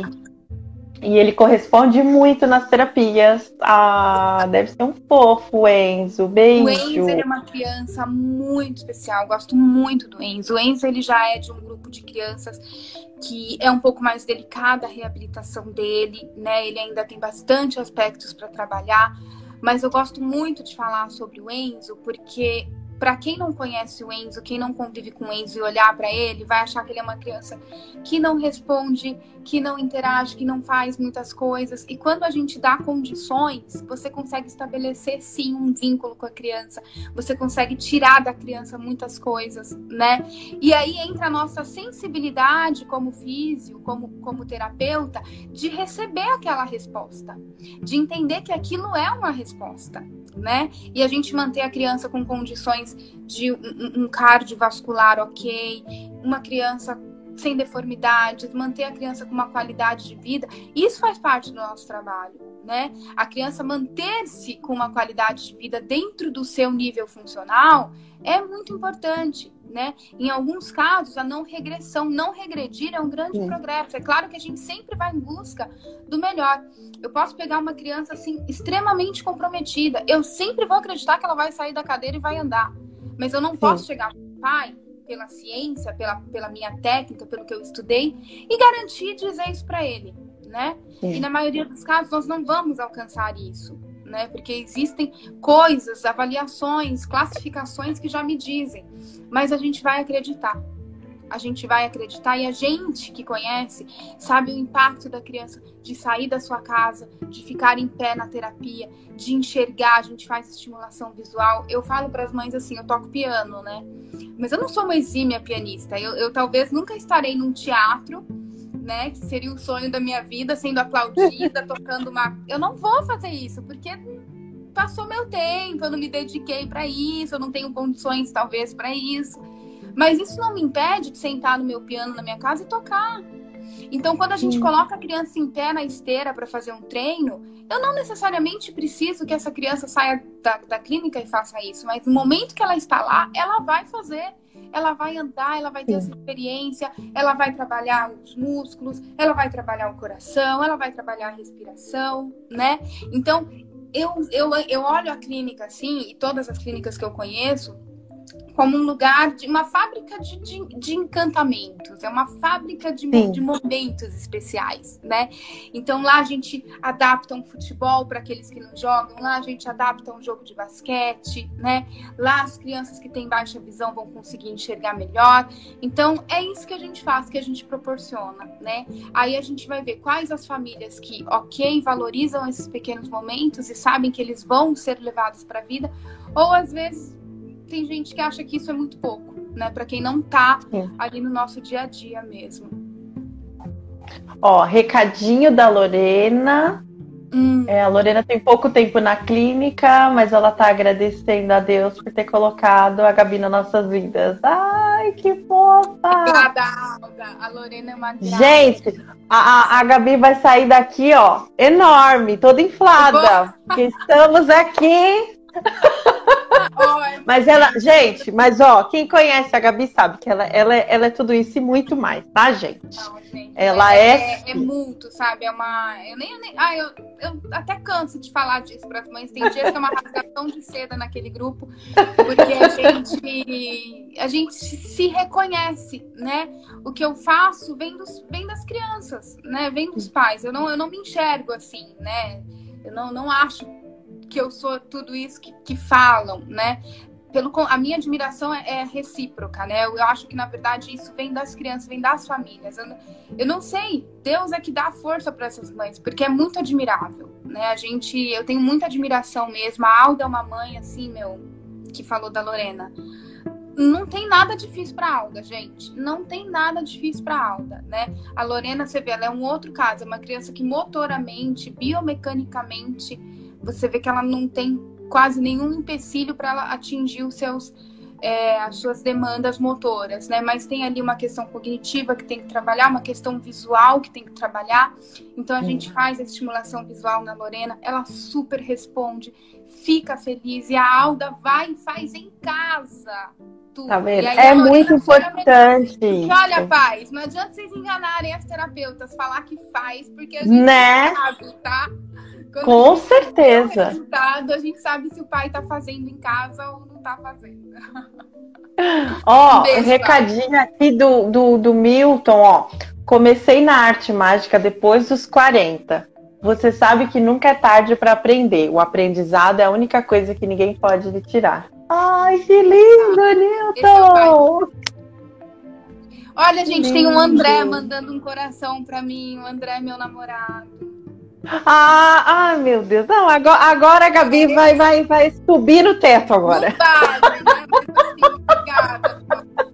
E ele corresponde muito nas terapias. Ah, deve ser um fofo, Enzo. Beijo. O Enzo, ele é uma criança muito especial. Gosto muito do Enzo. O Enzo, ele já é de um grupo de crianças que é um pouco mais delicada a reabilitação dele, né? Ele ainda tem bastante aspectos para trabalhar. Mas eu gosto muito de falar sobre o Enzo, porque... Para quem não conhece o Enzo, quem não convive com o Enzo e olhar para ele, vai achar que ele é uma criança que não responde, que não interage, que não faz muitas coisas. E quando a gente dá condições, você consegue estabelecer, sim, um vínculo com a criança. Você consegue tirar da criança muitas coisas, né? E aí entra a nossa sensibilidade como físio, como, como terapeuta, de receber aquela resposta. De entender que aquilo é uma resposta, né? E a gente manter a criança com condições de um, um cardiovascular ok, uma criança sem deformidades, manter a criança com uma qualidade de vida, isso faz parte do nosso trabalho, né? A criança manter-se com uma qualidade de vida dentro do seu nível funcional é muito importante, né? Em alguns casos, a não regressão, não regredir é um grande Sim. progresso. É claro que a gente sempre vai em busca do melhor. Eu posso pegar uma criança assim extremamente comprometida, eu sempre vou acreditar que ela vai sair da cadeira e vai andar, mas eu não Sim. posso chegar pro pai, pela ciência, pela, pela minha técnica, pelo que eu estudei, e garantir dizer isso para ele, né? Sim. E na maioria dos casos nós não vamos alcançar isso, né? Porque existem coisas, avaliações, classificações que já me dizem, mas a gente vai acreditar. A gente vai acreditar e a gente que conhece sabe o impacto da criança de sair da sua casa, de ficar em pé na terapia, de enxergar, a gente faz estimulação visual. Eu falo para as mães assim, eu toco piano, né? Mas eu não sou uma exímia pianista. Eu, eu talvez nunca estarei num teatro, né? Que seria o sonho da minha vida, sendo aplaudida, tocando uma... Eu não vou fazer isso, porque passou meu tempo, eu não me dediquei para isso, eu não tenho condições talvez para isso. Mas isso não me impede de sentar no meu piano na minha casa e tocar. Então, quando a gente hum. coloca a criança em pé na esteira para fazer um treino, eu não necessariamente preciso que essa criança saia da, da clínica e faça isso, mas no momento que ela está lá, ela vai fazer. Ela vai andar, ela vai ter essa experiência, ela vai trabalhar os músculos, ela vai trabalhar o coração, ela vai trabalhar a respiração, né? Então, eu, eu, eu olho a clínica assim, e todas as clínicas que eu conheço, como um lugar de uma fábrica de, de, de encantamentos, é uma fábrica de, de momentos especiais, né? Então lá a gente adapta um futebol para aqueles que não jogam, lá a gente adapta um jogo de basquete, né? Lá as crianças que têm baixa visão vão conseguir enxergar melhor. Então é isso que a gente faz, que a gente proporciona, né? Aí a gente vai ver quais as famílias que, ok, valorizam esses pequenos momentos e sabem que eles vão ser levados para a vida, ou às vezes tem gente que acha que isso é muito pouco, né? Para quem não tá Sim. ali no nosso dia a dia mesmo. Ó, recadinho da Lorena. Hum. É, a Lorena tem pouco tempo na clínica, mas ela tá agradecendo a Deus por ter colocado a Gabi nas nossas vidas. Ai, que fofa! Obrigada, Alda. A Lorena é uma graça. Gente, a, a, a Gabi vai sair daqui, ó, enorme, toda inflada. Porque estamos aqui... Mas ela, gente, mas ó, quem conhece a Gabi sabe que ela, ela, ela é tudo isso e muito mais, tá, gente? Não, gente ela é, é... É, é muito, sabe? É uma... Eu nem... nem ah, eu, eu até canso de falar disso para as mães. Tem dias que é uma rasgação de seda naquele grupo, porque a gente... A gente se reconhece, né? O que eu faço vem, dos, vem das crianças, né? Vem dos pais. Eu não, eu não me enxergo assim, né? Eu não, não acho que eu sou tudo isso que, que falam, né? Pelo, a minha admiração é, é recíproca, né? Eu acho que, na verdade, isso vem das crianças, vem das famílias. Eu, eu não sei, Deus é que dá força para essas mães, porque é muito admirável, né? A gente, eu tenho muita admiração mesmo. A Alda é uma mãe, assim, meu, que falou da Lorena. Não tem nada difícil para Alda, gente. Não tem nada difícil para Alda, né? A Lorena, você vê, ela é um outro caso. É uma criança que motoramente, biomecanicamente, você vê que ela não tem quase nenhum empecilho para ela atingir os seus, é, as suas demandas motoras, né? Mas tem ali uma questão cognitiva que tem que trabalhar, uma questão visual que tem que trabalhar. Então a gente faz a estimulação visual na Lorena, ela super responde, fica feliz, e a Alda vai e faz em casa. Tudo. Tá vendo? É muito importante. Porque, olha, pais, não adianta vocês enganarem as terapeutas, falar que faz, porque a gente né? sabe, tá? Quando Com certeza. A gente sabe se o pai tá fazendo em casa ou não tá fazendo. Ó, um beijo, recadinho pai. Aqui do, do, do Milton, ó. Comecei na arte mágica depois dos quarenta. Você sabe que nunca é tarde para aprender. O aprendizado é a única coisa que ninguém pode lhe tirar. Ai, que lindo, ah, Nilton! Olha, gente, lindo. Tem um André mandando um coração para mim. O André é meu namorado. Ah, ah, meu Deus. Não, agora, agora a Gabi vai, vai, vai subir no teto agora. Não vai, né? Mas, assim, obrigada.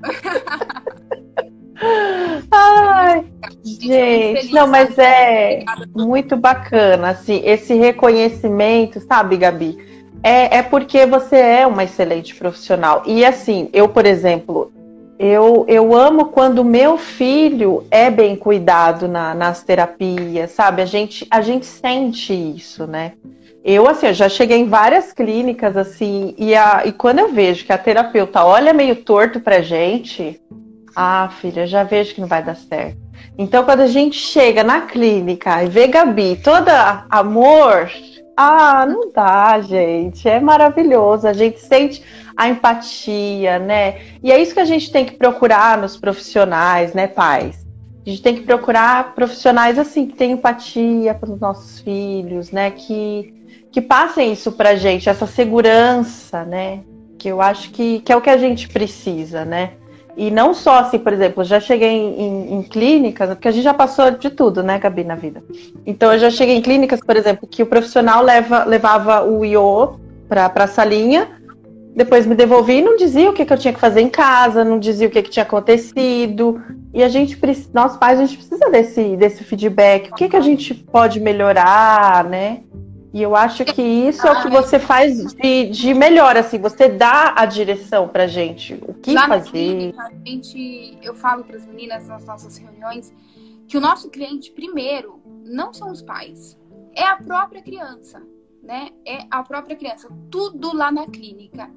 Ai, gente, não, mas é muito bacana, assim, esse reconhecimento, sabe, Gabi? É, é porque você é uma excelente profissional. E assim, eu, por exemplo, Eu, eu amo quando o meu filho é bem cuidado na, nas terapias, sabe? A gente, a gente sente isso, né? Eu, assim, eu já cheguei em várias clínicas, assim, e, a, e quando eu vejo que a terapeuta olha meio torto pra gente, ah, filha, já vejo que não vai dar certo. Então, quando a gente chega na clínica e vê Gabi toda amor, ah, não dá, gente. É maravilhoso. A gente sente a empatia, né? E é isso que a gente tem que procurar nos profissionais, né, pais? A gente tem que procurar profissionais assim que tenham empatia pelos nossos filhos, né? Que, que passem isso pra gente, essa segurança, né? Que eu acho que, que é o que a gente precisa, né? E não só assim, por exemplo, eu já cheguei em, em, em clínicas, porque a gente já passou de tudo, né, Gabi, na vida. Então eu já cheguei em clínicas, por exemplo, que o profissional leva, levava o iô para a salinha, depois me devolvia e não dizia o que, que eu tinha que fazer em casa, não dizia o que, que tinha acontecido. E a gente, nós pais, a gente precisa desse, desse feedback. O que, que a gente pode melhorar, né? E eu acho que isso é o que você faz de, de melhor, assim, você dá a direção pra gente, o que Lá fazer. Clínica, a gente, eu falo para as meninas nas nossas reuniões que o nosso cliente, primeiro, não são os pais, é a própria criança, né? É a própria criança. Tudo lá na clínica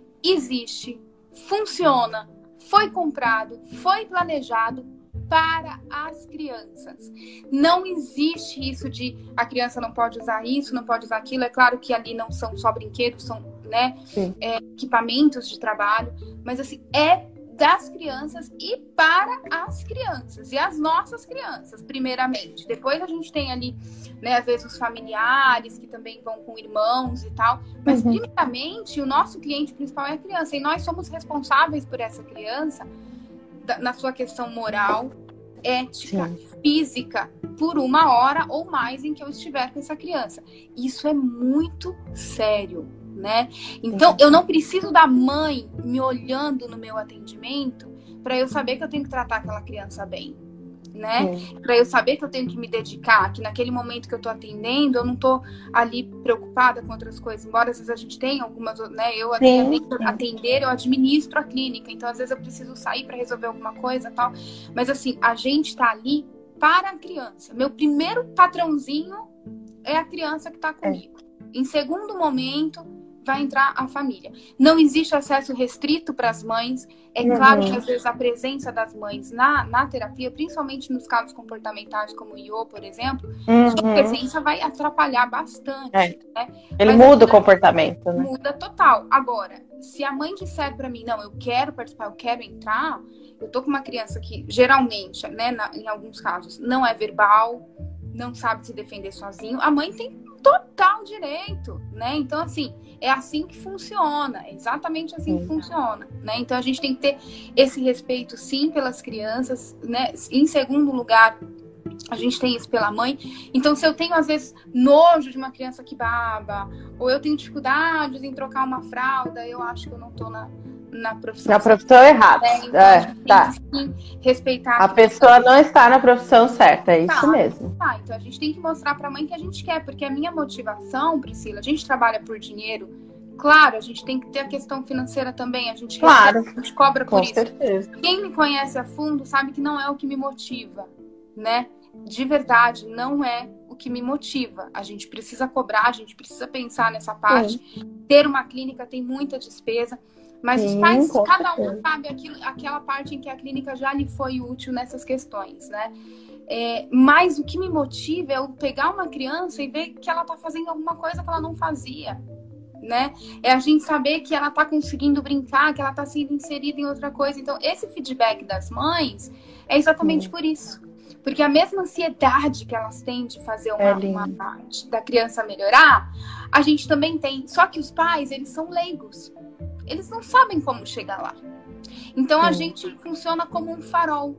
existe, funciona, foi comprado, foi planejado para as crianças. Não existe isso de a criança não pode usar isso, não pode usar aquilo. É claro que ali não são só brinquedos, são, né, é, equipamentos de trabalho, mas assim, é das crianças e para as crianças, e as nossas crianças, primeiramente. Depois a gente tem ali, né, às vezes os familiares que também vão com irmãos e tal, mas uhum. primeiramente o nosso cliente principal é a criança, e nós somos responsáveis por essa criança, na sua questão moral, ética, Sim. física, por uma hora ou mais em que eu estiver com essa criança. Isso é muito sério, né? Então, eu não preciso da mãe me olhando no meu atendimento para eu saber que eu tenho que tratar aquela criança bem, né? Para eu saber que eu tenho que me dedicar, que naquele momento que eu tô atendendo, eu não tô ali preocupada com outras coisas, embora às vezes a gente tenha algumas, né? Eu além de atender, eu administro a clínica, então às vezes eu preciso sair para resolver alguma coisa e tal, mas assim, a gente tá ali para a criança. Meu primeiro patrãozinho é a criança que tá comigo. É. Em segundo momento, vai entrar a família. Não existe acesso restrito para as mães. É uhum. claro que, às vezes, a presença das mães na, na terapia, principalmente nos casos comportamentais, como o I O, por exemplo, uhum. sua presença vai atrapalhar bastante. É. Né? Ele Mas, muda o comportamento, né? Muda total. Agora, se a mãe disser para mim, não, eu quero participar, eu quero entrar, eu tô com uma criança que, geralmente, né, na, em alguns casos, não é verbal, não sabe se defender sozinho, a mãe tem total direito, né? Então, assim, é assim que funciona, é exatamente assim que funciona, né? Então, a gente tem que ter esse respeito, sim, pelas crianças, né? Em segundo lugar, a gente tem isso pela mãe. Então, se eu tenho, às vezes, nojo de uma criança que baba, ou eu tenho dificuldades em trocar uma fralda, eu acho que eu não tô na... na profissão, na profissão errada. Né? Então, é, a gente tá. tem que, sim, respeitar a, a pessoa não está na profissão certa, é tá, isso mesmo. Tá, então a gente tem que mostrar para a mãe que a gente quer, porque a minha motivação, Priscila, a gente trabalha por dinheiro, claro, a gente tem que ter a questão financeira também, a gente, claro, recebe, a gente cobra por com isso. Certeza. Quem me conhece a fundo sabe que não é o que me motiva, né? De verdade, não é o que me motiva. A gente precisa cobrar, a gente precisa pensar nessa parte. Sim. Ter uma clínica tem muita despesa. Mas Sim, os pais, cada um sabe aquilo, aquela parte em que a clínica já lhe foi útil nessas questões, né? É, mas o que me motiva é eu pegar uma criança e ver que ela tá fazendo alguma coisa que ela não fazia, né? É a gente saber que ela tá conseguindo brincar, que ela tá sendo inserida em outra coisa. Então, esse feedback das mães é exatamente Sim. por isso. Porque a mesma ansiedade que elas têm de fazer uma, é uma parte da criança melhorar, a gente também tem. Só que os pais, eles são leigos. Eles não sabem como chegar lá. Então, Sim. a gente funciona como um farol.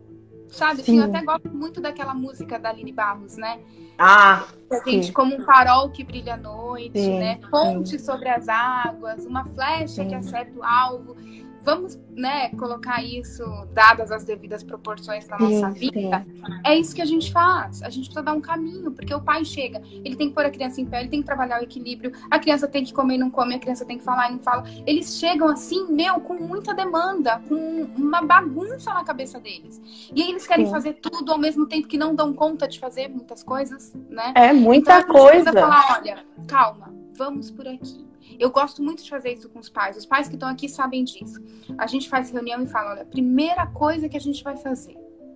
Sabe? Assim, eu até gosto muito daquela música da Aline Barros, né? Ah, A gente sim. como um farol que brilha à noite, sim, né? Ponte sim. sobre as águas, uma flecha sim. que acerta o alvo. Vamos, né, colocar isso, dadas as devidas proporções na sim, nossa vida. Sim. É isso que a gente faz. A gente precisa dar um caminho, porque o pai chega, ele tem que pôr a criança em pé, ele tem que trabalhar o equilíbrio, a criança tem que comer e não come, a criança tem que falar e não fala. Eles chegam assim, meu, com muita demanda, com uma bagunça na cabeça deles. E aí eles querem sim. fazer tudo ao mesmo tempo que não dão conta de fazer muitas coisas, né? É muita então, a gente coisa. Precisa falar, olha, calma, vamos por aqui. Eu gosto muito de fazer isso com os pais. Os pais que estão aqui sabem disso. A gente faz reunião e fala, olha, a primeira coisa que a gente vai fazer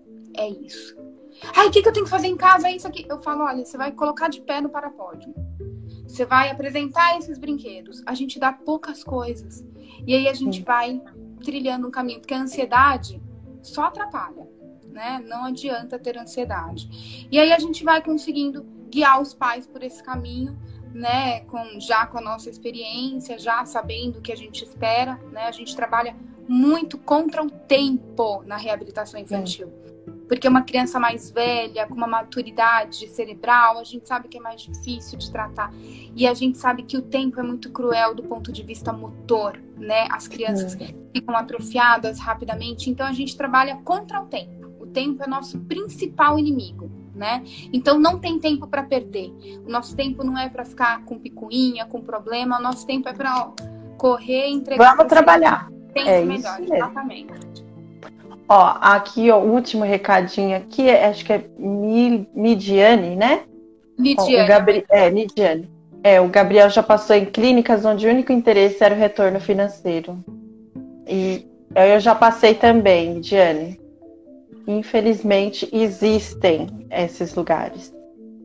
é isso. Ai, o que, que eu tenho que fazer em casa? É isso aqui. Eu falo, olha, você vai colocar de pé no parapódio. Você vai apresentar esses brinquedos. A gente dá poucas coisas. E aí a gente Sim. vai trilhando um caminho. Porque a ansiedade só atrapalha, né? Não adianta ter ansiedade. E aí a gente vai conseguindo guiar os pais por esse caminho, né, com, já com a nossa experiência, já sabendo o que a gente espera, né, a gente trabalha muito contra o tempo na reabilitação infantil, é. porque uma criança mais velha, com uma maturidade cerebral, a gente sabe que é mais difícil de tratar, e a gente sabe que o tempo é muito cruel do ponto de vista motor, né, as crianças é. ficam atrofiadas rapidamente, então a gente trabalha contra o tempo, o tempo é nosso principal inimigo. Né? Então não tem tempo para perder. O nosso tempo não é para ficar com picuinha, com problema. O nosso tempo é para correr, entregar. Vamos trabalhar. É melhor, exatamente. Ó, aqui, ó, o último recadinho aqui, é, acho que é Mi- Midiane, né? Ó, o Lidiane, Gabri... É, Lidiane. É, o Gabriel já passou em clínicas onde o único interesse era o retorno financeiro. E eu já passei também, Lidiane. Infelizmente, existem esses lugares.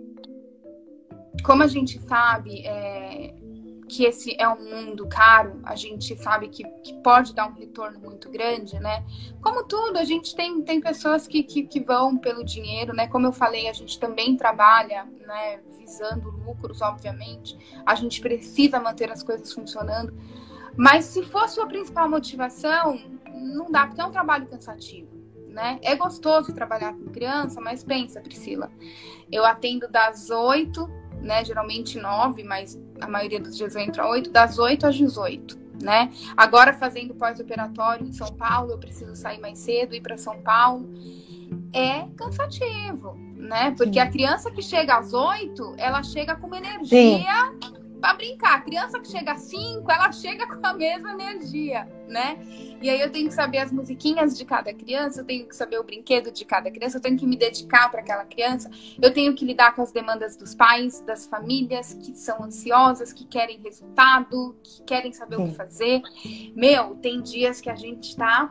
como a gente sabe é, que esse é um mundo caro, a gente sabe que, que pode dar um retorno muito grande, né? Como tudo, a gente tem, tem pessoas que, que, que vão pelo dinheiro, né? Como eu falei, a gente também trabalha, né, visando lucros, obviamente. A gente precisa manter as coisas funcionando. Mas se for sua principal motivação, não dá, porque é um trabalho cansativo, né? É gostoso trabalhar com criança, mas pensa, Priscila, eu atendo das oito, né? Geralmente nove, mas a maioria dos dias eu entro às oito, das oito às dezoito, né? Agora fazendo pós-operatório em São Paulo, eu preciso sair mais cedo, ir para São Paulo. É cansativo, né? Porque Sim. a criança que chega às oito, ela chega com uma energia para brincar. A criança que chega às cinco, ela chega com a mesma energia, né? E aí eu tenho que saber as musiquinhas de cada criança, eu tenho que saber o brinquedo de cada criança, eu tenho que me dedicar para aquela criança, eu tenho que lidar com as demandas dos pais, das famílias que são ansiosas, que querem resultado, que querem saber Sim. o que fazer. Meu, tem dias que a gente tá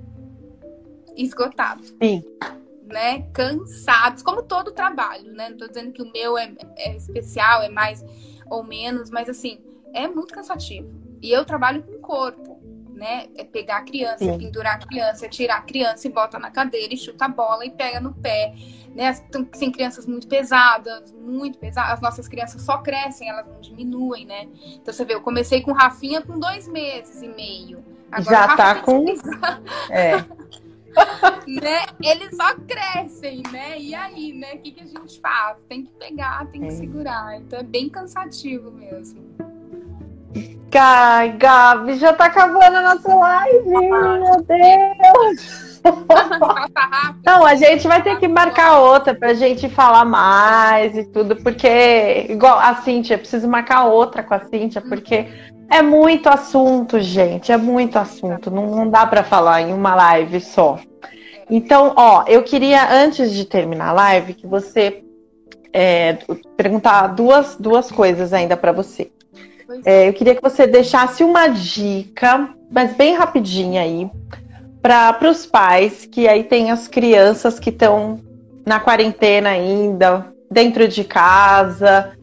esgotado. Sim. Né? Cansados, como todo trabalho, né? Não tô dizendo que o meu é, é especial, é mais ou menos, mas assim, é muito cansativo. E eu trabalho com o corpo, né? É pegar a criança, Sim. pendurar a criança, tirar a criança e bota na cadeira e chuta a bola e pega no pé, né? Tem crianças muito pesadas, muito pesadas. As nossas crianças só crescem, elas não diminuem, né? Então você vê, eu comecei com Rafinha com dois meses e meio. Agora, já tá com... É. Né? Eles só crescem, né? E aí, né? O que, que a gente faz? Tem que pegar, tem que é. segurar. Então é bem cansativo mesmo. Ai, Gabi, já tá acabando a nossa live, ah, meu Deus! Não, a gente vai ter que marcar outra pra gente falar mais e tudo, porque, igual a Cíntia, eu preciso marcar outra com a Cíntia, porque é muito assunto, gente, é muito assunto, não, não dá pra falar em uma live só. Então, ó, eu queria, antes de terminar a live, que você é, perguntar duas, duas coisas ainda pra você. É, eu queria que você deixasse uma dica, mas bem rapidinha aí, para os pais que aí tem as crianças que estão na quarentena ainda, dentro de casa,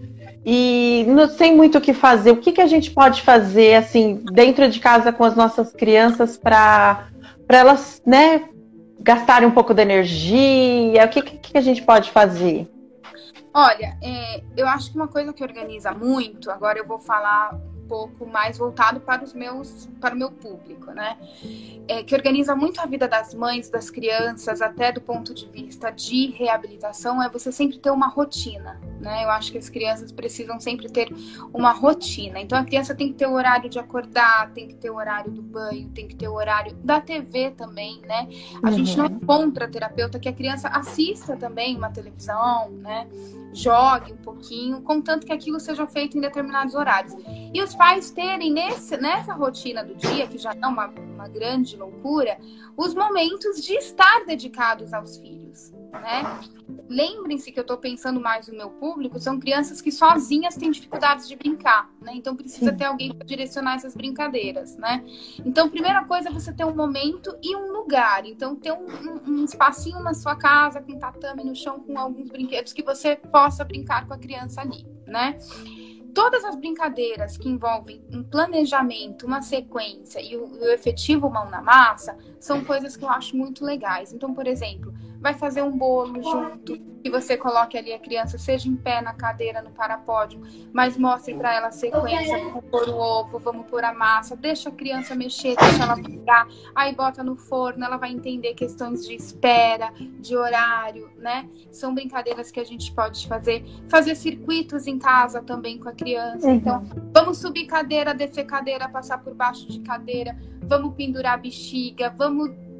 e não tem muito o que fazer. O que, que a gente pode fazer, assim, dentro de casa com as nossas crianças para para elas, né, gastarem um pouco de energia? O que, que, que a gente pode fazer? Olha, é, eu acho que uma coisa que organiza muito, agora eu vou falar um pouco mais voltado para os meus, para o meu público, né? É, que organiza muito a vida das mães, das crianças, até do ponto de vista de reabilitação, é você sempre ter uma rotina, né? Eu acho que as crianças precisam sempre ter uma rotina. Então a criança tem que ter o horário de acordar, tem que ter o horário do banho, tem que ter o horário da T V também, né? A uhum. gente não é contra terapeuta que a criança assista também uma televisão, né? Jogue um pouquinho, contanto que aquilo seja feito em determinados horários. E os pais terem nesse, nessa rotina do dia, que já é uma, uma grande loucura, os momentos de estar dedicados aos filhos, né? Lembrem-se que eu estou pensando mais no meu público, são crianças que sozinhas têm dificuldades de brincar, né? Então precisa Sim. ter alguém para direcionar essas brincadeiras, né? Então, primeira coisa é você ter um momento e um lugar. Então, ter um, um, um espacinho na sua casa, com tatame no chão, com alguns brinquedos que você possa brincar com a criança ali, né? Todas as brincadeiras que envolvem um planejamento, uma sequência e o, o efetivo mão na massa são coisas que eu acho muito legais. Então, por exemplo, vai fazer um bolo junto, que você coloque ali a criança, seja em pé na cadeira, no parapódio, mas mostre para ela a sequência, vamos pôr o ovo, vamos pôr a massa, deixa a criança mexer, deixa ela brincar, aí bota no forno, ela vai entender questões de espera, de horário, né? São brincadeiras que a gente pode fazer. Fazer circuitos em casa também com a criança. Uhum. Então, vamos subir cadeira, descer cadeira, passar por baixo de cadeira, vamos pendurar bexiga, vamos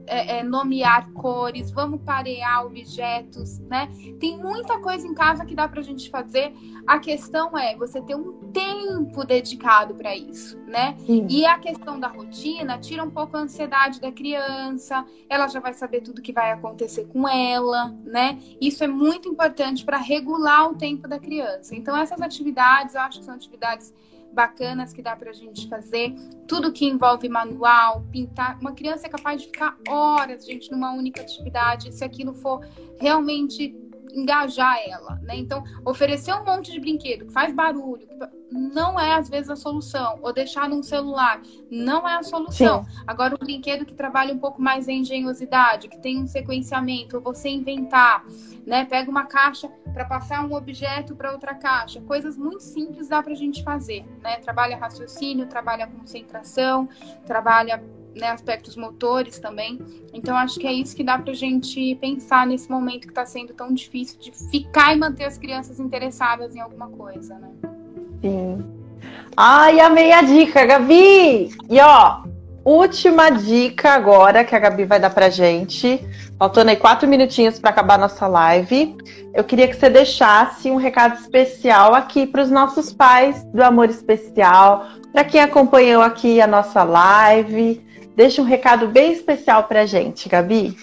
é, é, nomear cores, vamos parear objetos, né? Tem muita coisa em casa que dá pra gente fazer. A questão é você ter um tempo dedicado para isso, né? Sim. E a questão da rotina tira um pouco a ansiedade da criança, ela já vai saber tudo que vai acontecer com ela, né? Isso é muito importante para regular o tempo da criança. Então, essas atividades, eu acho que são atividades bacanas que dá pra gente fazer. Tudo que envolve manual, pintar. Uma criança é capaz de ficar horas, gente, numa única atividade, se aquilo for realmente engajar ela, né? Então, oferecer um monte de brinquedo que faz barulho, que não é às vezes a solução. Ou deixar num celular não é a solução. Sim. Agora, um brinquedo que trabalha um pouco mais a engenhosidade, que tem um sequenciamento, ou você inventar, né? Pega uma caixa para passar um objeto para outra caixa. Coisas muito simples dá pra gente fazer, né? Trabalha raciocínio, trabalha concentração, trabalha, né, aspectos motores também. Então, acho que é isso que dá pra gente pensar nesse momento que tá sendo tão difícil de ficar e manter as crianças interessadas em alguma coisa, né? Sim. Ai, amei a dica, Gabi! E ó, última dica agora que a Gabi vai dar pra gente. Faltando aí quatro minutinhos para acabar nossa live. Eu queria que você deixasse um recado especial aqui para os nossos pais do Amor Especial, para quem acompanhou aqui a nossa live. Deixa um recado bem especial para a gente, Gabi.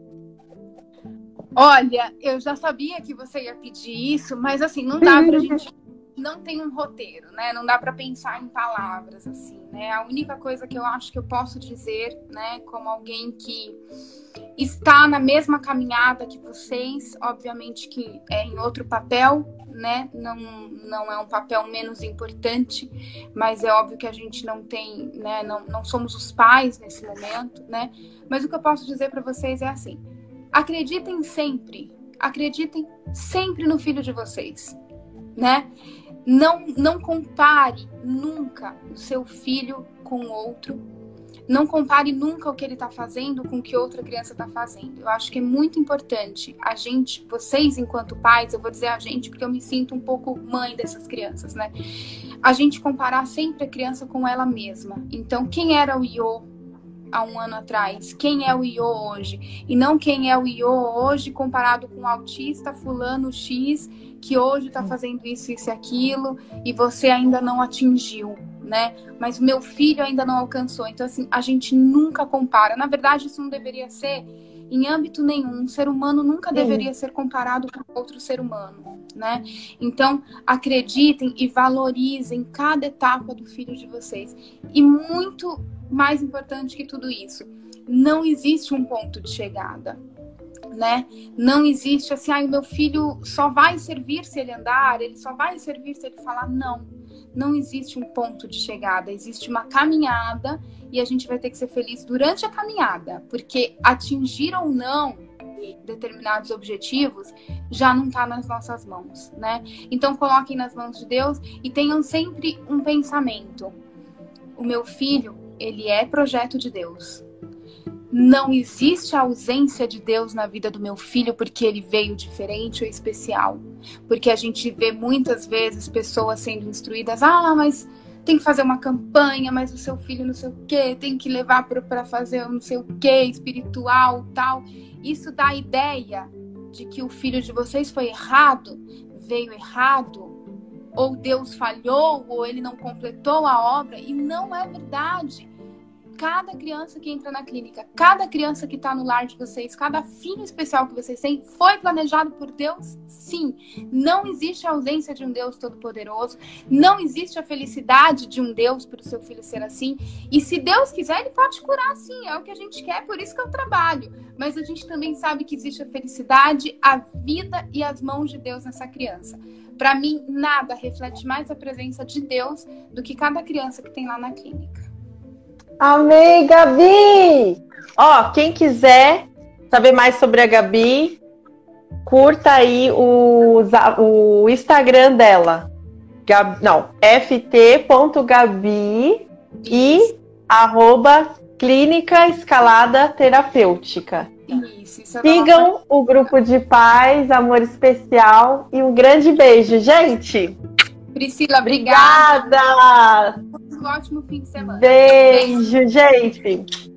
Olha, eu já sabia que você ia pedir isso, mas assim, não dá pra gente... Não tem um roteiro, né? Não dá para pensar em palavras, assim, né? A única coisa que eu acho que eu posso dizer, né, como alguém que está na mesma caminhada que vocês, obviamente que é em outro papel, né? Não, não é um papel menos importante, mas é óbvio que a gente não tem, né? Não, não somos os pais nesse momento, né? Mas o que eu posso dizer para vocês é assim: acreditem sempre, acreditem sempre no filho de vocês, né? Não, não compare nunca o seu filho com outro. Não compare nunca o que ele está fazendo com o que outra criança está fazendo. Eu acho que é muito importante a gente, vocês enquanto pais, eu vou dizer a gente porque eu me sinto um pouco mãe dessas crianças, né? A gente comparar sempre a criança com ela mesma. Então, quem era o Iô há um ano atrás? Quem é o Iô hoje? E não quem é o Iô hoje comparado com o autista fulano X, que hoje está fazendo isso, isso e aquilo, e você ainda não atingiu, né? Mas o meu filho ainda não alcançou. Então, assim, a gente nunca compara. Na verdade, isso não deveria ser em âmbito nenhum. Um ser humano nunca Sim. deveria ser comparado com outro ser humano, né? Então, acreditem e valorizem cada etapa do filho de vocês. E muito mais importante que tudo isso, não existe um ponto de chegada, né? Não existe assim, ah, o meu filho só vai servir se ele andar, ele só vai servir se ele falar. Não, não existe um ponto de chegada, existe uma caminhada e a gente vai ter que ser feliz durante a caminhada, porque atingir ou não determinados objetivos já não está nas nossas mãos, né? Então coloquem nas mãos de Deus e tenham sempre um pensamento: o meu filho, ele é projeto de Deus. Não existe a ausência de Deus na vida do meu filho porque ele veio diferente ou especial. Porque a gente vê muitas vezes pessoas sendo instruídas: ah, mas tem que fazer uma campanha, mas o seu filho não sei o quê, tem que levar para fazer não sei o quê, espiritual, tal. Isso dá a ideia de que o filho de vocês foi errado, veio errado, ou Deus falhou, ou ele não completou a obra, e não é verdade. Cada criança que entra na clínica, cada criança que está no lar de vocês, cada filho especial que vocês têm, foi planejado por Deus, sim. Não existe a ausência de um Deus todo-poderoso, não existe a felicidade de um Deus para o seu filho ser assim. E se Deus quiser, ele pode curar, sim, é o que a gente quer, por isso que eu trabalho. Mas a gente também sabe que existe a felicidade, a vida e as mãos de Deus nessa criança. Para mim, nada reflete mais a presença de Deus do que cada criança que tem lá na clínica. Amei, Gabi! Ó, quem quiser saber mais sobre a Gabi, curta aí o, o Instagram dela. Gab, não, ft.gabi e arroba Clínica Escalada Terapêutica. Isso, isso é Sigam nossa... o grupo de pais, Amor Especial, e um grande beijo, gente! Priscila, obrigada! Obrigada! Um ótimo fim de semana. Beijo, gente!